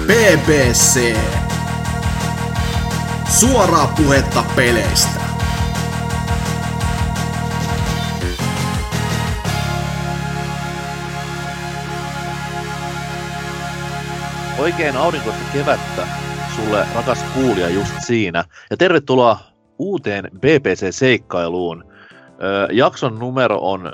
BBC. Suoraa puhetta peleistä. Oikein aurinkoista kevättä sulle, rakas kuulija, just siinä. Ja tervetuloa uuteen BBC-seikkailuun. Jakson numero on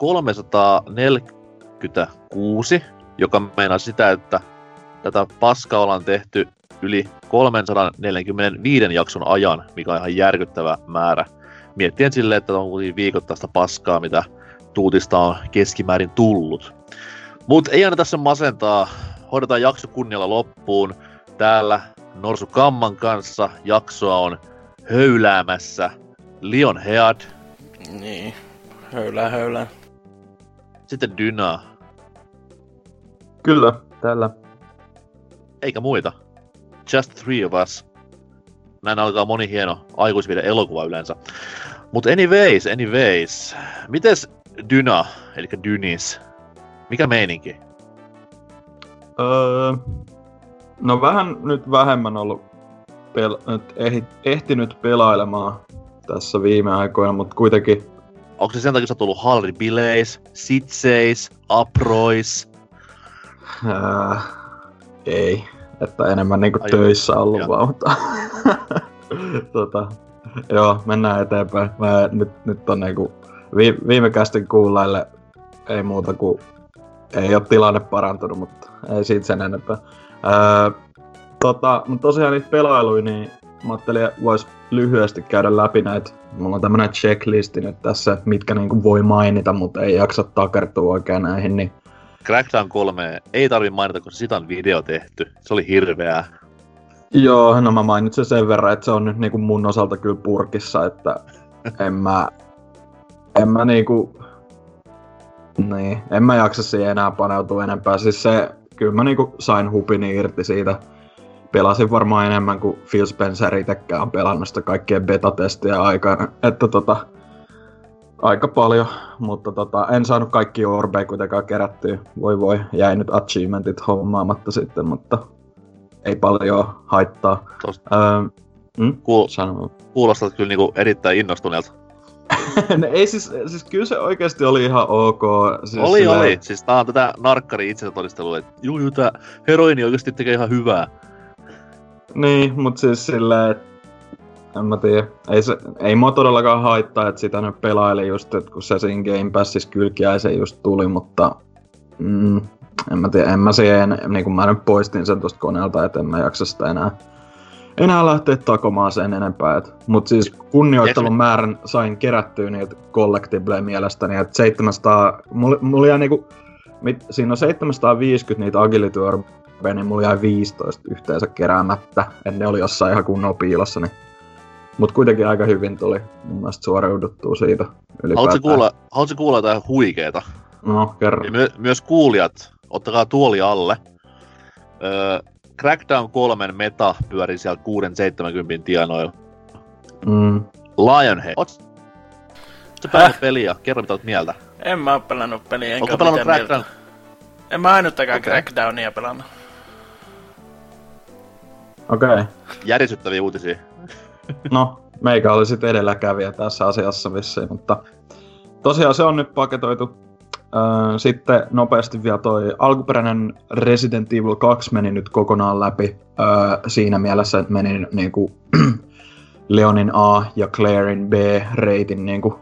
346, joka meinaa sitä, että tätä paskaa ollaan tehty yli 345 jakson ajan, mikä on ihan järkyttävä määrä. Miettien silleen, että on viikoittaista paskaa, mitä tuutista on keskimäärin tullut. Mut ei aina tässä masentaa. Hoidetaan jakso kunnialla loppuun. Täällä Norsu Kamman kanssa jaksoa on höyläämässä Lion Head. Niin, höylää. Sitten Dyna. Kyllä, täällä. Eikä muita. Just three of us. Näin alkaa moni hieno aikuisviiden elokuva yleensä. Mut anyways. Mites Dyna, eli Dynis? Mikä meininki? No vähän nyt vähemmän ollut ehtinyt pelailemaan tässä viime aikoina, mutta kuitenkin. Onko se sen takia, että sä oot ollut hallibileis, sitseis, aprois? Ei, että enemmän niinku töissä ollut vaan, mutta joo, mennään eteenpäin. Nyt on niinku viime kästin kuullaille ei muuta kuin ei ole tilanne parantunut, mutta ei siitä sen enempää. Mutta tosiaan niitä pelailuja, niin mä ajattelin, että vois lyhyesti käydä läpi näitä. Mulla on tämmönen checklisti nyt tässä, mitkä niinku voi mainita, mutta ei jaksa takertua oikein näihin. Niin. Crackdown 3 ei tarvi mainita, koska sitä on video tehty. Se oli hirveää. Joo, no mä mainitsin sen verran, että se on nyt niinku mun osalta kyllä purkissa, että en mä niinku. Niin, en mä jaksa siihen enää paneutua enempää. Siis kyllä mä niinku sain hupini irti siitä. Pelasin varmaan enemmän kuin Phil Spencer itekään on pelannut sitä kaikkien beta-testejä aikana. Että aika paljon, mutta en saanut kaikkia orbeja kuitenkaan kerättyä. Voi, jäi nyt achievementit hommaamatta sitten, mutta ei paljon haittaa. Kuulostat kyllä niinku erittäin innostuneelta. No ei siis kyllä se oikeesti oli ihan ok. Siis oli. Siis tää on tätä narkkari itsensä todistelua, että juu, tää heroini oikeesti tekee ihan hyvää. Niin, mut siis silleen, et en mä tiedä. Ei mua todellakaan haittaa, että sitä nyt pelaili just, et kun se siinä Game Passissa kylkiäisen just tuli, mutta en mä tiedä, niin kun mä nyt poistin sen tosta koneelta, et en mä jaksa sitä enää lähteä takomaan sen enempää. Mut siis kunnioittelun määrän sain kerättyä niitä collectibleja mielestäni, että 700, mulla jäi niinku, siinä on 750 niitä agility orbeja, niin mulla jäi 15 yhteensä keräämättä, et ne oli jossain ihan kunnolla piilossa, niin. Mut kuitenkin aika hyvin tuli mun mielestä suoriuduttua siitä ylipäätään. Haluatko kuulla jotain huikeeta? No, kerro. Myös kuulijat, ottakaa tuoli alle. Crackdown 3 meta pyörii siellä 670 tienoilla. Lionhead. Ootko pelannut peliä? Kerro mitä oot mieltä. En mä oo pelannut peliä, enkä ootko pelannut Crackdown? En mä ainuttakaan Crackdownia pelannut. Okei. Järisyttäviä uutisia. No, meikä oli sit edelläkävijä tässä asiassa vissiin, mutta tosiaan se on nyt paketoitu. Sitten nopeasti vielä toi alkuperäinen Resident Evil 2 meni nyt kokonaan läpi siinä mielessä, että meni niinku Leonin A ja Clairen B-reitin niinku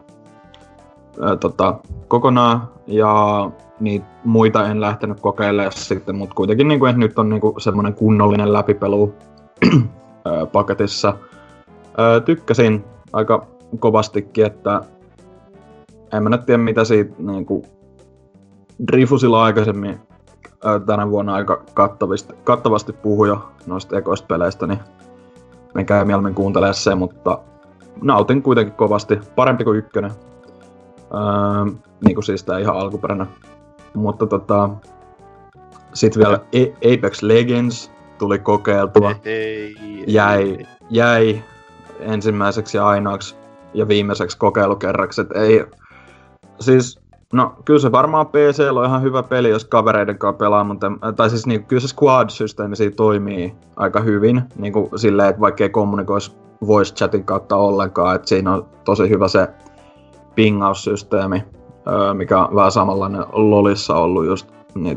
kokonaan, ja niitä muita en lähtenyt kokeilemaan sitten, mutta kuitenkin niinku, että nyt on niinku semmonen kunnollinen läpipelu paketissa. Tykkäsin aika kovastikin, että en mä nyt tiedä mitä siitä niinku Drifusilla aikaisemmin tänä vuonna aika kattavasti puhui jo noista ekoista peleistä, niin menkää mieluummin kuuntelee se, mutta nautin kuitenkin kovasti. Parempi kuin ykkönen. Niinku siis tää ihan alkuperäinen. Mutta sit vielä Apex Legends tuli kokeiltua. Jäi ensimmäiseksi ja ainoaksi ja viimeiseksi kokeilukerraksi. Et ei, siis No kyllä se varmaan PC:llä on ihan hyvä peli, jos kavereiden kanssa pelaa, mutta tai siis niinku, kyllä se squad-systeemi siinä toimii aika hyvin, niinku silleen, että vaikka ei kommunikoisi voice chatin kautta ollenkaan, että siinä on tosi hyvä se pingaussysteemi, mikä on vähän samanlainen LoLissa ollut just, niin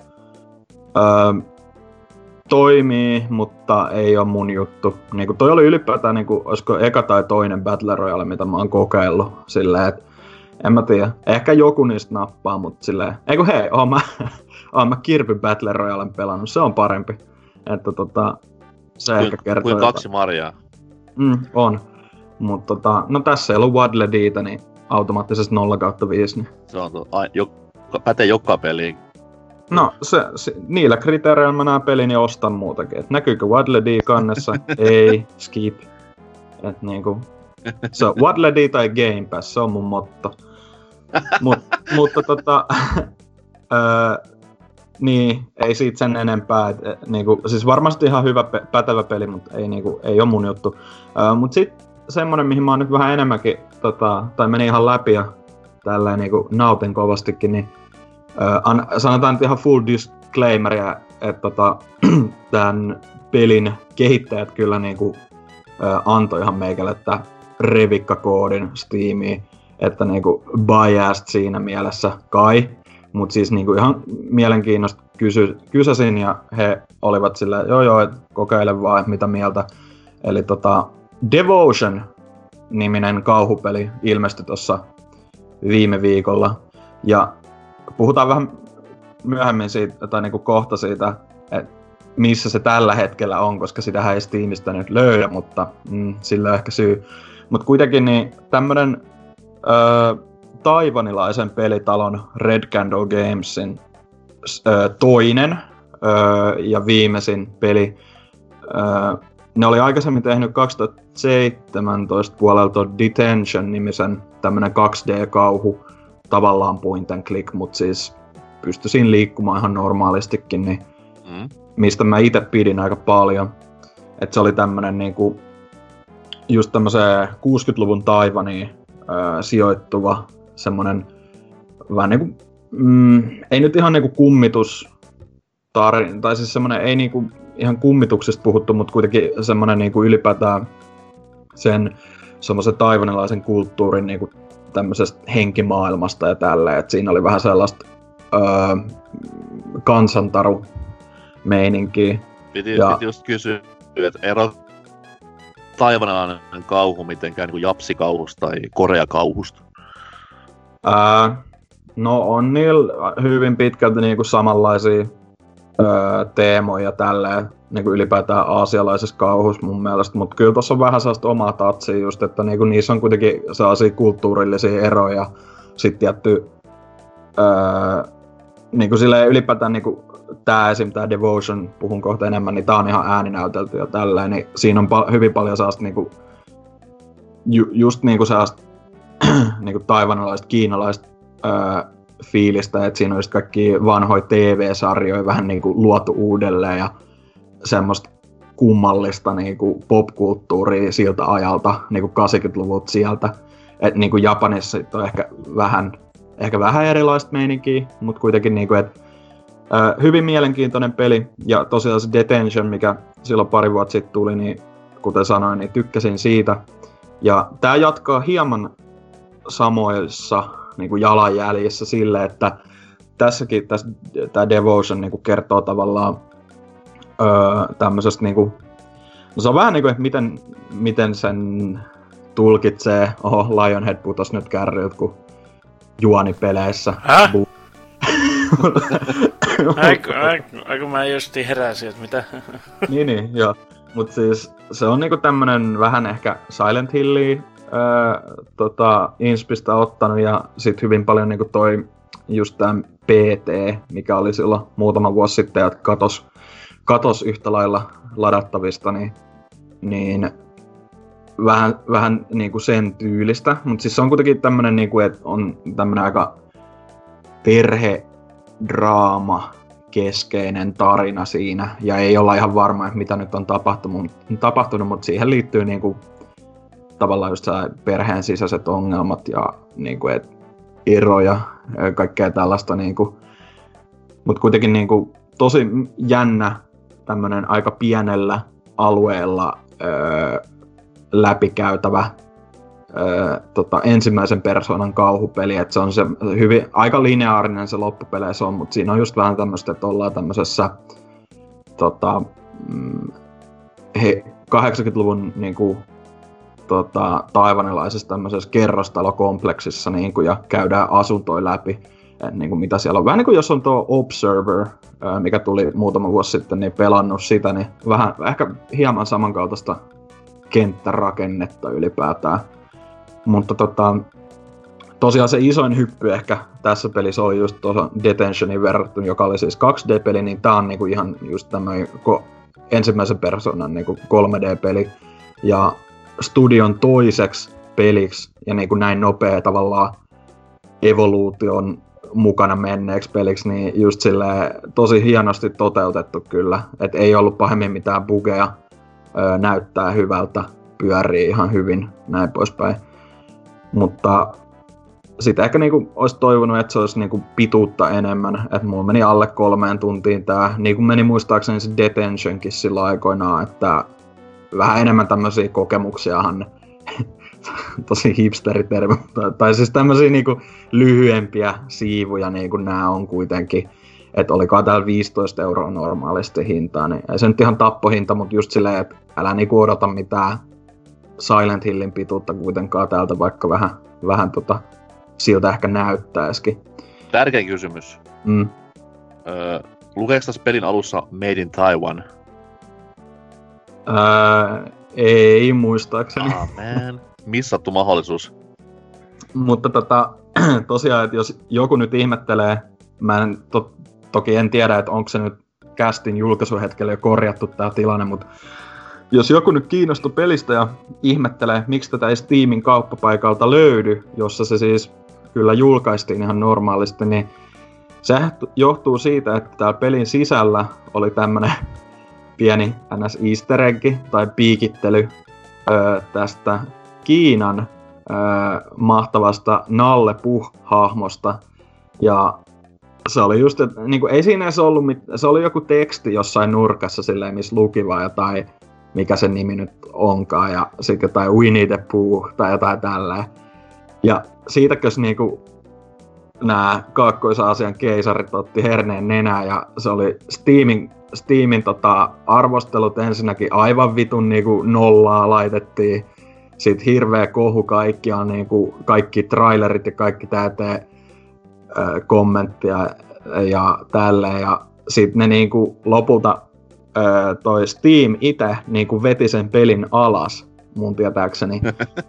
toimii, mutta ei ole mun juttu. Niinku toi oli ylipäätään niinku, olisiko eka tai toinen Battle Royale, mitä mä oon kokeillut silleen, että en mä tiedä. Ehkä joku niistä nappaa, mutta silleen... Eiku hei, oon mä Kirby Battle Royalen pelannut, se on parempi. Että se ehkä kertoo kuin 2 Mariaa. On. Mut no tässä ei ollut Waddle Deetä, niin automaattisesti 0/5, niin... Se on pätee joka peliin. No, niillä kriteereillä mä näen pelin ja ostan muutakin. Et näkyykö Waddle Dee kannessa? Ei, skip. Et niinku... Se on Waddle Dee tai Game Pass, se on mun motto. Mutta niin, ei siitä sen enempää. Niinku, siis varmasti ihan hyvä, pätevä peli, mutta ei oo mun juttu. Mut sit semmonen, mihin mä oon nyt vähän enemmänkin, tai meni ihan läpi ja tälleen niinku nautin kovastikin, niin sanotaan nyt ihan full disclaimeria, että tän pelin kehittäjät kyllä niinku antoi ihan meikälle tää revikkakoodin Steamiin, että niinku biased siinä mielessä kai, mut siis niinku ihan mielenkiinnosta kysäsin ja he olivat silleen, joo, et kokeile vaan, mitä mieltä. Eli Devotion-niminen kauhupeli ilmestyi tossa viime viikolla ja puhutaan vähän myöhemmin siitä, tai niinku kohta siitä, että missä se tällä hetkellä on, koska sitähän ei Steamista nyt löydä, mutta sillä on ehkä syy. Mut kuitenkin niin tämmönen taivanilaisen pelitalon Red Candle Gamesin toinen ja viimeisin peli. Ne oli aikaisemmin tehnyt 2017 puolelta Detention-nimisen tämmönen 2D-kauhu, tavallaan point and click, mut siis pystyisin liikkumaan ihan normaalistikin, niin mistä mä ite pidin aika paljon. Et se oli tämmönen niinku just tämmöseen 60-luvun Taivaniin sijoittuva semmonen vähän niinku ei nyt ihan niinku kummitustarina, tai siis semmonen ei niinku ihan kummituksesta puhuttu, mut kuitenkin semmonen niinku ylipäätään sen semmosen taivanilaisen kulttuurin niinku tämmöisestä henkimaailmasta ja tälleen, että siinä oli vähän sellaista kansantaru-meininkiä. Piti just kysyä, että ero taivanilainen kauhu mitenkään niin kuin japsikauhusta tai koreakauhusta? No on niillä hyvin pitkälti niinku samanlaisia teemoja tälleen, niinku ylipäätään aasialaisessa kauhussa mun mielestä, mutta kyllä tossa on vähän sellaista omaa tatsia just, että niinku niissä on kuitenkin sellaisia kulttuurillisia eroja, sit tietty niinku silleen ylipäätään niinku tää esim. Tää Devotion, puhun kohta enemmän, niin tää on ihan ääninäytelty ja tälleen, niin siinä on hyvin paljon sellaista niinku just niinku sellaista niinku taiwanalaista, kiinalaista fiilistä, että siinä on just kaikki vanhoja TV-sarjoja vähän niinku luotu uudelleen ja semmoista kummallista niinku popkulttuuria siltä ajalta, niinku 80-luvut sieltä. Et niinku Japanissa on ehkä vähän erilaista meininkiä, mutta kuitenkin niinku, et hyvin mielenkiintoinen peli ja tosiaan se Detention, mikä silloin pari vuotta sitten tuli, niin kuten sanoin, niin tykkäsin siitä. Ja tää jatkaa hieman samoissa niinku jalanjäljissä sille, että tässäkin tää Devotion niinku kertoo tavallaan tämmöisestä niinku, no se on vähän niinku, että miten sen tulkitsee. Oho, Lionhead putos nyt kärryt, kun juonipeleissä. Aiku mä justi heräsin, että mitä? niin, joo. Mut siis se on niinku tämmönen vähän ehkä Silent Hillia inspistä ottanut ja sit hyvin paljon niinku toi just tää PT, mikä oli silloin muutama vuosi sitten ja katos yhtä lailla ladattavista, niin vähän niinku sen tyylistä, mut siis se on kuitenkin tämmönen niinku, että on tämmönen aika perhedraama keskeinen tarina siinä ja ei olla ihan varma, että mitä nyt on tapahtunut, mutta siihen liittyy niinku tavallaan just perheen sisäiset ongelmat ja niinku, eroja, kaikkea tällaista niinku. Mut kuitenkin niinku tosi jännä tämmönen aika pienellä alueella läpikäytävä ensimmäisen persoonan kauhupeli, että se on se hyvin, aika lineaarinen se loppupeleissä on, mutta siinä on just vähän tämmöistä, että ollaan tämmöisessä 80-luvun niinku, taivanilaisessa tämmöisessä kerrostalokompleksissa niinku, ja käydään asuntoja läpi, niinku, mitä siellä on. Vähän niin kuin jos on tuo Observer, mikä tuli muutama vuosi sitten, niin pelannut sitä, niin vähän ehkä hieman samankaltaista kenttärakennetta ylipäätään. Mutta tosiaan se isoin hyppy ehkä tässä pelissä oli just tuossa Detentioniin verrattuna, joka oli siis 2D-peli, niin tää on niinku ihan just tämmöinen ensimmäisen persoonan niinku 3D-peli. Ja studion toiseksi peliksi ja niinku näin nopea tavallaan evoluution mukana menneeksi peliksi, niin just silleen tosi hienosti toteutettu kyllä. Et ei ollut pahemmin mitään bugeja, näyttää hyvältä, pyörii ihan hyvin, näin poispäin. Mutta sitä ehkä niinku olisi toivonut, että se olisi niinku pituutta enemmän. Että mulla meni alle 3 tuntiin tää. Niin kuin meni muistaakseni se Detentionkin silloin aikoinaan, että vähän enemmän tämmösiä kokemuksiahan tosi hipsteritermi. Tai siis tämmösiä niinku lyhyempiä siivuja niinku nää on kuitenkin. Että olikaan täällä 15 € normaalisti hintaa, niin ei se nyt ihan tappohinta, mutta just silleen, että älä niinku odota mitään Silent Hillin pituutta kuitenkaan täältä, vaikka vähän siltä ehkä näyttäisikin. Tärkein kysymys. Lukeeko tässä pelin alussa Made in Taiwan? Ei muistaakseni. Man. Missattu mahdollisuus. Mutta tosiaan, että jos joku nyt ihmettelee, mä toki en tiedä, että onko se nyt castin julkaisuhetkellä jo korjattu tää tilanne, mutta jos joku nyt kiinnostui pelistä ja ihmettelee, miksi tätä ei Steamin kauppapaikalta löydy, jossa se siis kyllä julkaistiin ihan normaalisti, niin se johtuu siitä, että täällä pelin sisällä oli tämmönen pieni ns. Easter egg tai piikittely tästä Kiinan mahtavasta Nalle Puh-hahmosta. Ja se oli just, että niinku, ei siinä edes ollut se oli joku teksti jossain nurkassa silleen, missä luki vaan jotain, mikä sen nimi nyt onkaan, ja sit jotain Winnie the Pooh tai jotain tälleen. Ja siitäkös niinku nää Kaakkois-Aasian keisarit otti herneen nenää, ja se oli Steamin arvostelut ensinnäkin aivan vitun niinku nollaa laitettiin. Sit hirveä kohu niinku, kaikki trailerit ja kaikki täyteen kommenttia ja tälleen. Ja sit ne niinku lopulta toi Steam ite niinku veti sen pelin alas, mun tietääkseni.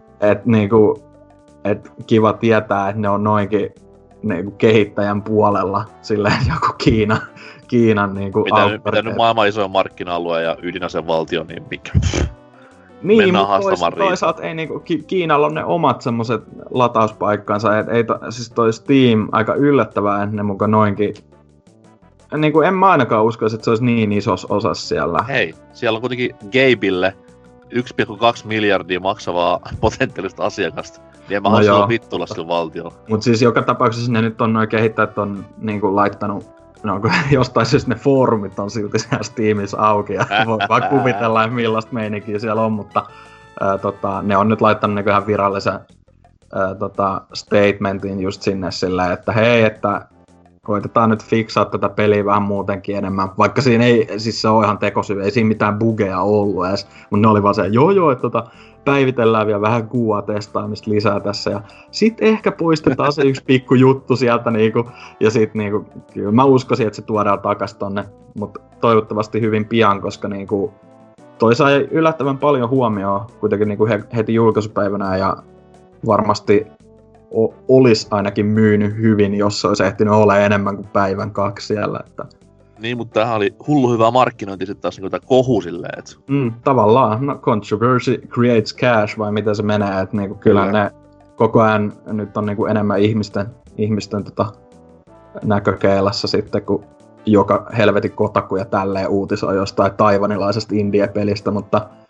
Et kiva tietää, että ne on noinkin niinku kehittäjän puolella, silleen joku Kiinan niinku mitä nyt maailman isoin markkina-alue ja ydinasevaltio, niin mikä? Niin, mutta toisaalta ei niinku, Kiinalla on ne omat semmoset latauspaikkansa, et ei siis toi Steam aika yllättävää, että ne muka noinkin. Niinku en mä ainakaan uskoisi, että se olisi niin isos osas siellä. Hei, siellä on kuitenkin Gabeille 1,2 miljardia maksavaa potentiaalista asiakasta. Niin en mä halua silloin vittuilla sillä valtiolla. Mut siis joka tapauksessa ne nyt on noin kehittäjät on niinku laittanut, no jostain syystä ne foorumit on silti siellä Steamissa auki ja voi vaan kuvitella, millaista meininkiä siellä on, mutta ne on nyt laittanut niinku ihan virallisen statementin just sinne silleen, että hei, että koitetaan nyt fiksaa tätä peliä vähän muutenkin enemmän, vaikka siinä ei, siis se on ihan tekosyy, ei siinä mitään bugeja ollut edes, mutta ne oli vaan se, joo, että päivitellään vielä vähän QA-testaamista lisää tässä, ja sit ehkä poistetaan se yksi pikku juttu sieltä, niinku, ja sit niinku, kyllä mä uskoisin, että se tuodaan takas tonne, mutta toivottavasti hyvin pian, koska niinku, toi sai yllättävän paljon huomioon kuitenkin niinku heti julkaisupäivänä, ja varmasti olisi ainakin myynyt hyvin, jos se olisi ehtinyt olla enemmän kuin päivän 2 siellä. Että. Niin, mutta tämähän oli hullu hyvä markkinointi sitten taas niin kohu silleen, että. Tavallaan, no controversy creates cash, vai miten se menee, että niinku, kyllä ne koko ajan nyt on niinku enemmän ihmisten näkökeilassa sitten, kun joka helvetin Kotaku ja tälleen uutisoi jostain taivanilaisesta indie-pelistä, mutta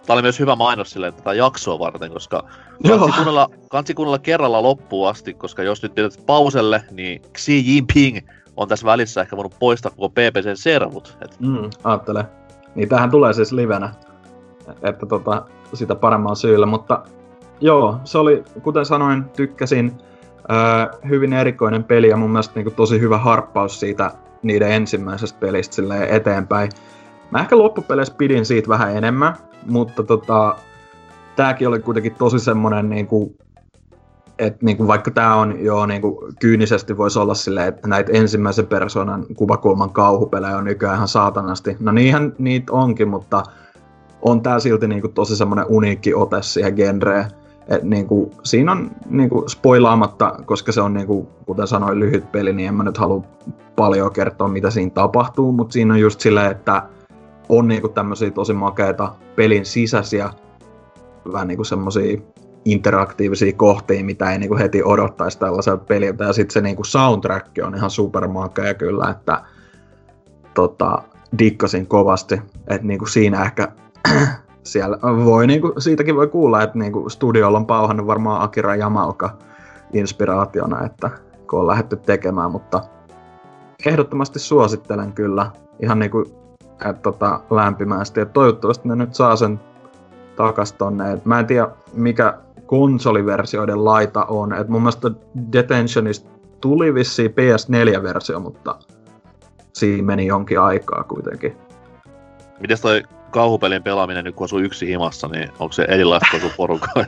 tää oli myös hyvä mainos silleen tätä jaksoa varten, koska Joo. kansi kuunnella kerralla loppuun asti, koska jos nyt pidät pauselle, niin Xi Jinping on tässä välissä ehkä voinut poistaa koko PPC-servut. Aattele. Niin tämähän tulee siis livenä, että sitä paremmalla syyllä, mutta joo, se oli, kuten sanoin, tykkäsin, hyvin erikoinen peli ja mun mielestä niinku tosi hyvä harppaus siitä niiden ensimmäisestä pelistä silleen eteenpäin. Mä ehkä loppupeleissä pidin siitä vähän enemmän, mutta tääkin oli kuitenkin tosi semmonen niinku, että niinku, vaikka tää on jo niinku, kyynisesti voisi olla silleen, että näitä ensimmäisen persoonan kuvakulman kauhupelejä on nykyään ihan saatanasti. No niinhän niitä onkin, mutta on tää silti niinku, tosi semmonen uniikki ote siihen genreen. Et, niinku, siinä on niinku, spoilaamatta, koska se on niinku, kuten sanoin lyhyt peli, niin en mä nyt halua paljon kertoa mitä siinä tapahtuu, mutta siinä on just silleen, että on niinku tämmösiä tosi makeita pelin sisäisiä vähän niinku semmosia interaktiivisia kohtia, mitä ei niinku heti odottaisi tällaiselta peliltä. Ja sitten se niinku soundtrack on ihan supermakea kyllä, että dikkasin kovasti. Että niinku siinä ehkä siellä voi niinku, siitäkin voi kuulla, että niinku studiolla on pauhannut varmaan Akira Yamaoka inspiraationa, että kun on lähdetty tekemään, mutta ehdottomasti suosittelen kyllä ihan niinku lämpimästi. Ja toivottavasti ne nyt saa sen takas tonne. Et mä en tiedä mikä konsoliversioiden laita on. Et mun mielestä Detentionista tuli vissiin PS4-versio, mutta siinä meni jonkin aikaa kuitenkin. Mites toi kauhupelin pelaaminen nyt kun asuu yksin himassa, niin onko se erilaista kuin sun porukoin?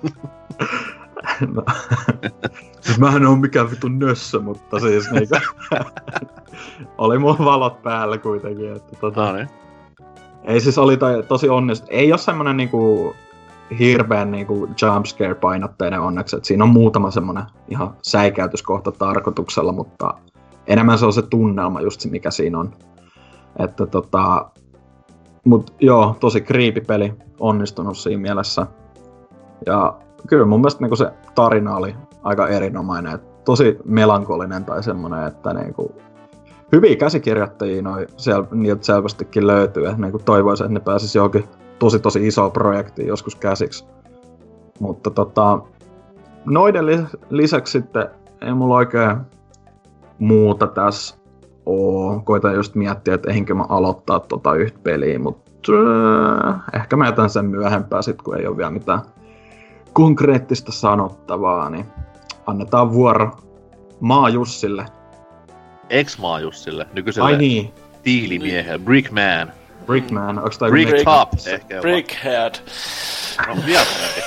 No. Siis mähän on mikään vitun nössö, mutta siis niinku oli mun valot päällä kuitenkin, että niin. Ei siis oli tosi onnistunut. Ei oo semmonen niinku hirveän niinku jumpscare painotteinen onneksi, että siinä on muutama semmonen ihan säikäytyskohta tarkoituksella, mutta enemmän se on se tunnelma just se mikä siinä on. Että mut joo, tosi creepy peli, onnistunut siinä mielessä. Ja kyllä mun mielestä niinku se tarina oli aika erinomainen, että tosi melankolinen tai semmonen, että niinku hyviä käsikirjoittajia niiltä selvästikin löytyy, että niinku toivoisin, että ne pääsis johonkin tosi isoon projektiin joskus käsiksi. Mutta noiden lisäksi sitten ei mulla oikein muuta tässä oo. Koitan just miettiä, että eihinkö mä aloittaa yhtä peliä, mutta ehkä mä jätän sen myöhempään sit, kun ei oo vielä mitään konkreettista sanottavaa, niin annetaan vuoro Maa Jussille. Ex-Maa Jussille, nykyiselle Ai niin. tiilimiehelle, Brickman. Brickman, onks tää Bricktop ehkä jopa. Brickhead. No vielä.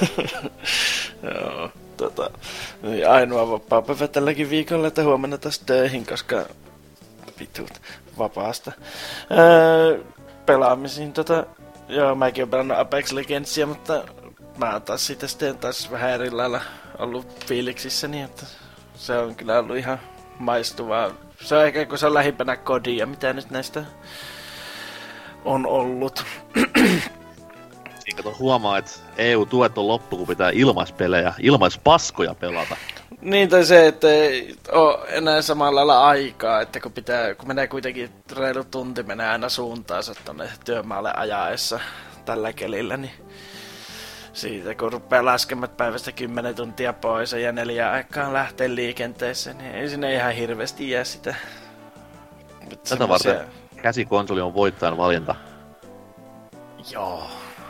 Joo, ainoa vapaapäivä tälläkin viikolla, että huomenna taas töihin, koska vitut vapaasta. Pelaamisiin joo, mäkin oon pelannut Apex Legendsia, mutta mä oon taas siitä sitten taas vähän eri lailla ollut fiiliksissäni, että se on kyllä ollut ihan maistuvaa. Se on ehkä kun se on lähimpänä kodia, mitä nyt näistä on ollut. Siinä huomaa, että EU-tuet on loppu, kun pitää ilmaispelejä, ilmaispaskoja pelata. Niin, tai se, että ei oo enää samalla lailla aikaa, että kun menee kuitenkin reilu tunti, menee aina suuntaansa tonne työmaalle ajaessa tällä kelillä, niin siitä kun rupeaa laskemat päivästä 10 tuntia pois ja 4 aikaan lähtee liikenteeseen, niin ei sinne ihan hirveästi jää sitä. Tätä varten käsikonsoli on voittajan valinta. Joo.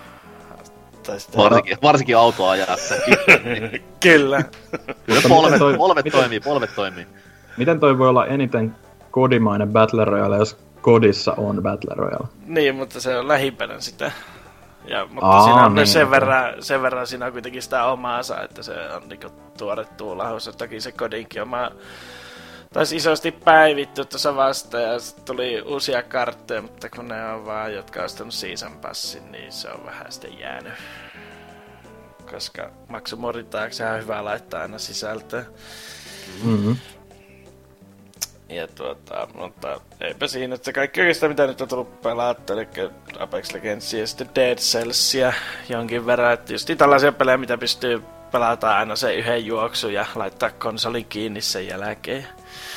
Varsinkin autoajassa. Kyllä. Kyllä polvet toimii. Miten toi voi olla eniten kodimainen Battle Royale, jos kodissa on Battle Royale? Niin, mutta se on lähimpänä sitä. Ja, mutta siinä on niin, sen verran siinä on kuitenkin sitä omaansa, että se on niinku tuore tuulahus. Toki se kodinkin oma taisi isosti päivitty tuossa vasta ja tuli uusia kartteja, mutta kun ne on vaan, jotka on ostanut season passin, niin se on vähän sitten jäänyt. Koska maksumuodin taakse on hyvä laittaa aina sisältöä. Mm-hmm. Ja mutta eipä siinä, että se kaikki oikeastaan mitä nyt on tullut pelattu, eli Apex Legends ja sitten Dead Cellsia jonkin verran, että just tällaisia pelejä, mitä pystyy pelata aina se yhden juoksun ja laittaa konsolin kiinni sen jälkeen.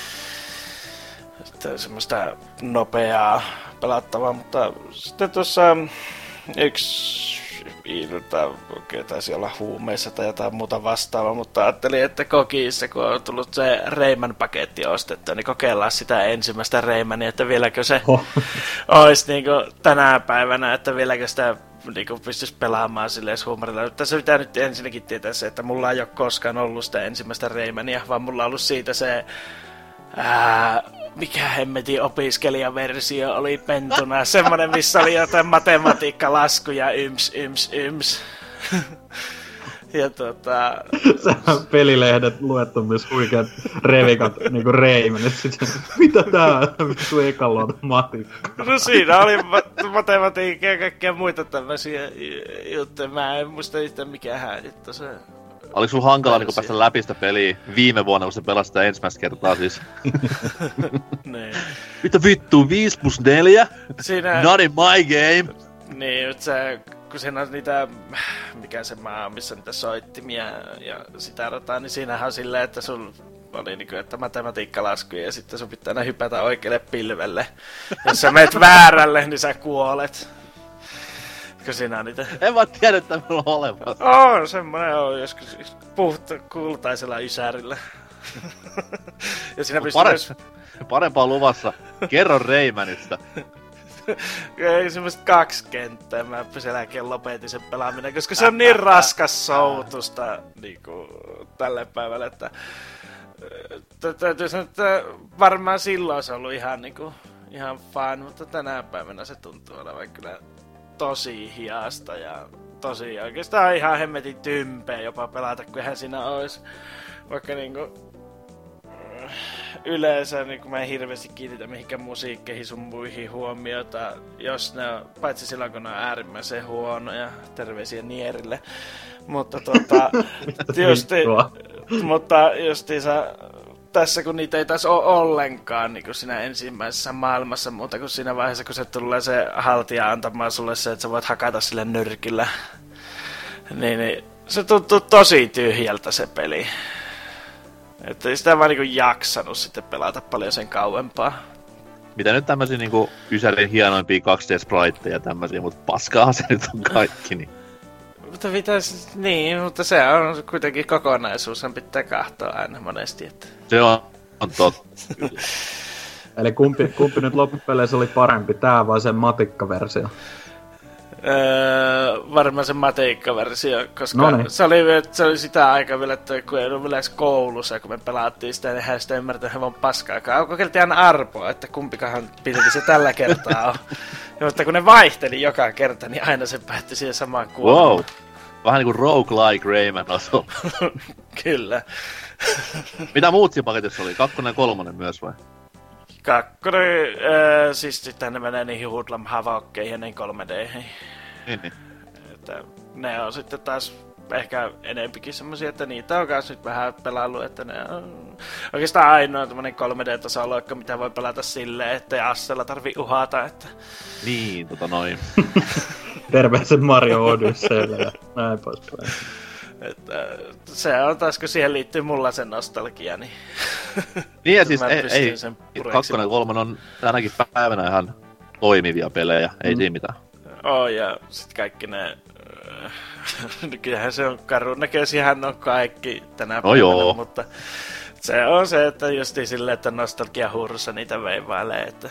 Sitten semmoista nopeaa pelattavaa, mutta sitten tuossa yksi taisi olla huumeissa tai jotain muuta vastaavaa, mutta ajattelin, että Kokissa, kun on tullut se Rayman-paketti ostettu, niin kokeillaan sitä ensimmäistä Raymania, että vieläkö se olisi niin kuin tänä päivänä, että vieläkö sitä niin pystyisi pelaamaan silleen huumorilla. Tässä pitää nyt ensinnäkin tietää se, että mulla ei ole koskaan ollut sitä ensimmäistä Raymania, vaan mulla on ollut siitä se mikä hemmetin opiskelijaversio oli pentuna. Semmonen, missä oli jotain matematiikkalaskuja, yms. Ja Sähän pelilehdet luettu myös huikeat revikat niinku Raymanit. Mitä tää on? Vittu ekalon matikka. No siinä oli matematiikkaa ja kaikkia muita tämmösiä juttuja. Mä en muista yhtään mikä häirittää se. Oliko sulla hankala niin päästä läpi sitä peliä viime vuonna, kun sä pelasit sitä ensimmäistä kertaa siis? Niin. Mitä vittu, 5+4? Siinä... Not in my game! Niin, se, kun siinä on niitä, mikä se maa, missä niitä soittimia ja sitä rataa, niin siinähän on silleen, että sun oli niinku, että matematiikkalaskuja ja sitten sun pitää aina hypätä oikealle pilvelle. Jos sä meet väärälle, niin sä kuolet. Siinä on niitä... En vaan tiedä, että mulla on olemassa. Semmonen on joskus kultaisella ysärillä. Ja siinä pystyy myös... Parempaa luvassa. Kerro Raymanista. Ei semmoset 2 kenttää. Mä sen jälkeen lopetin sen pelaaminen, koska se on niin raskas soutusta niinku tälle päivälle, että... Täytyy sanoa, että varmaan silloin se on ollut ihan niinku... Ihan fine, mutta tänä päivänä se tuntuu olevan kyllä... tosi hiasta ja tosi oikeastaan ihan hemmetin tympeä jopa pelata, kun eihän siinä ois. Vaikka niinku yleensä niinku mä en hirveästi kiinnitä mihinkään musiikkeihin sun muihin huomiota, jos ne on, paitsi silloin kun ne on äärimmäisen huonoja, terveisiä Nierille. Mutta justiinsa tässä kun niitä ei taas ole ollenkaan niin kuin siinä ensimmäisessä maailmassa muuta kuin siinä vaiheessa, kun se tulee se haltija antamaan sulle se, että sä voit hakata sille nyrkillä. Niin se tuntuu tosi tyhjältä se peli. Että ei sitä vaan niin jaksanut sitten pelata paljon sen kauempaa. Mitä nyt tämmösiä niinku Ysärin hienoimpia 2D-spriteja ja tämmösiä, mutta paskaahan se nyt on kaikki, niin... Mutta mutta se on kuitenkin kokonaisuus, sen pitää katsoa aina monesti, että... Se on totta. Eli kumpi nyt loppupeleissä oli parempi, tää vai se matikkaversio? Varmaan se matikkaversio, koska se oli sitä aikaa vielä, että kun ei ollut vielä koulussa, kun me pelattiin sitä, niin hän sitä ymmärtänyt hevon paskaakaan. Kokeiltiin aina arpoa, että kumpikahan pilvi se tällä kertaa on. Mutta kun ne vaihteli joka kerta, niin aina se päättyi siihen samaan kuolemaan. Wow. Vähän niinku roguelike Rayman osu. Kyllä. Mitä muut siinä paketissa oli? 2 ja 3 myös vai? 2, siis sitten ne menee niihin Hoodlum Havokkeihin ja niin 3D:ihin. Niin. Että ne on sitten taas ehkä enempikin semmosia, että niitä on kans nyt vähän pelaillut, että ne on oikeastaan ainoa tämmönen 3D-tasoloikka, mitä voi pelata silleen, ettei Assella tarvii uhata, että... Niin, noin. Terveiset Mario Odysseylle ja näin poispäin. Että se on taas, kun siihen liittyy mulla sen nostalgia, niin... Niin ja siis ei 2 ja 3 on tänäkin päivänä ihan toimivia pelejä, ei siinä mitään. Ja sit kaikki ne... Kyllähän se on karun näköisiähän on kaikki tänä päivänä, mutta... Se on se, että justiin silleen, että nostalgia huurussa niitä veivailee, että...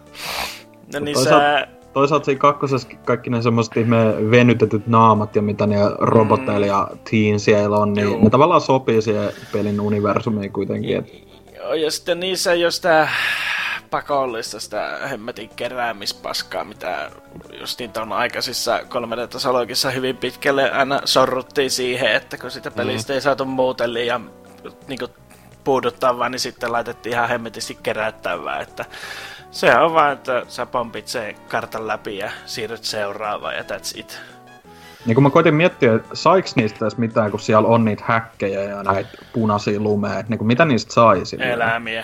No niin toisaalta siinä 2. kaikki ne semmoset venytetyt naamat ja mitä ne roboteilla ja teen siellä on, niin ne tavallaan sopii siihen pelin universumiin kuitenkin. Joo, ja sitten niissä ei ole sitä pakollista sitä hemmetin keräämispaskaa, mitä justiin ton aikaisissa 3D-tasoloikissa hyvin pitkälle aina sorruttiin siihen, että kun sitä pelistä ei saatu muuten liian niinku puuduttavaa, niin sitten laitettiin ihan hemmetisti kerättävää, että se on vaan, että sä pompit sen kartan läpi ja siirryt seuraavaan ja that's it. Niin kun mä koitin miettiä, että saiks niistä edes mitään, kun siellä on niitä häkkejä ja näitä punaisia lumeja, niin mitä niistä sai silleen? Eläimiä.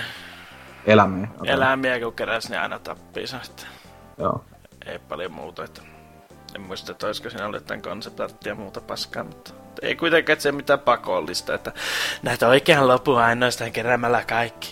Okay. Eläimiä kun keräs, niin aina tappii sen. Joo. Ei paljon muuta, että... En muista, että olisiko siinä ollut jotain konseptarttia ja muuta paskaa, mutta... Ei kuitenkaan se mitään pakollista, että... Näitä oikean lopun ainoastaan keräämällä kaikki.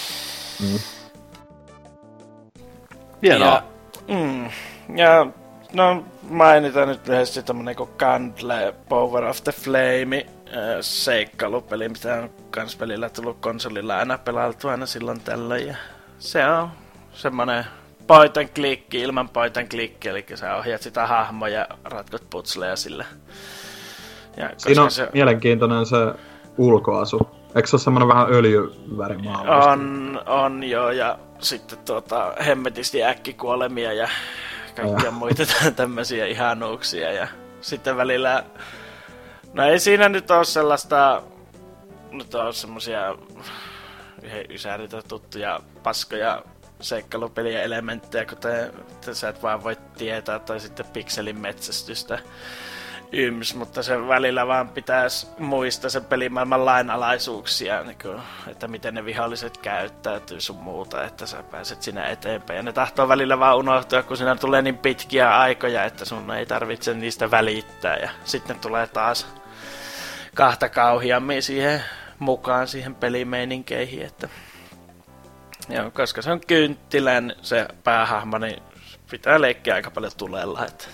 Hienoa. Ja No mainitaan nyt lyhyesti tämmönen kuin Gundle Power of the Flame seikkailupeli, mitä on kans pelillä tullut konsolilla aina pelailtu aina silloin tällöin. Ja se on semmonen point and click ilman point and click, eli sä ohjaat sitä hahmoa ja ratkot putsleja sillä. Ja siinä on mielenkiintoinen se ulkoasu. Eikö se ole semmonen vähän öljyvärimaalista? On joo, ja sitten hemmetisti äkkikuolemia ja kaikkia muita tämmösiä ihanuuksia. Ja sitten välillä... No ei siinä nyt oo sellaista... Nyt on semmosia ysäritä tuttuja paskoja seikkailupeliä elementtejä, kuten sä et vaan voi tietää, tai sitten pikselin metsästystä mutta se välillä vaan pitäisi muistaa sen pelimaailman lainalaisuuksia, niin kuin, että miten ne viholliset käyttäytyy sun muuta, että sä pääset sinä eteenpäin. Ja ne tahtoo välillä vaan unohtua, kun siinä tulee niin pitkiä aikoja, että sun ei tarvitse niistä välittää. Ja sitten tulee taas kahta kauhiammin siihen mukaan siihen pelimeiningeihin, että... Joo, koska se on kynttilän se päähahmo, niin pitää leikkiä aika paljon tulella, että...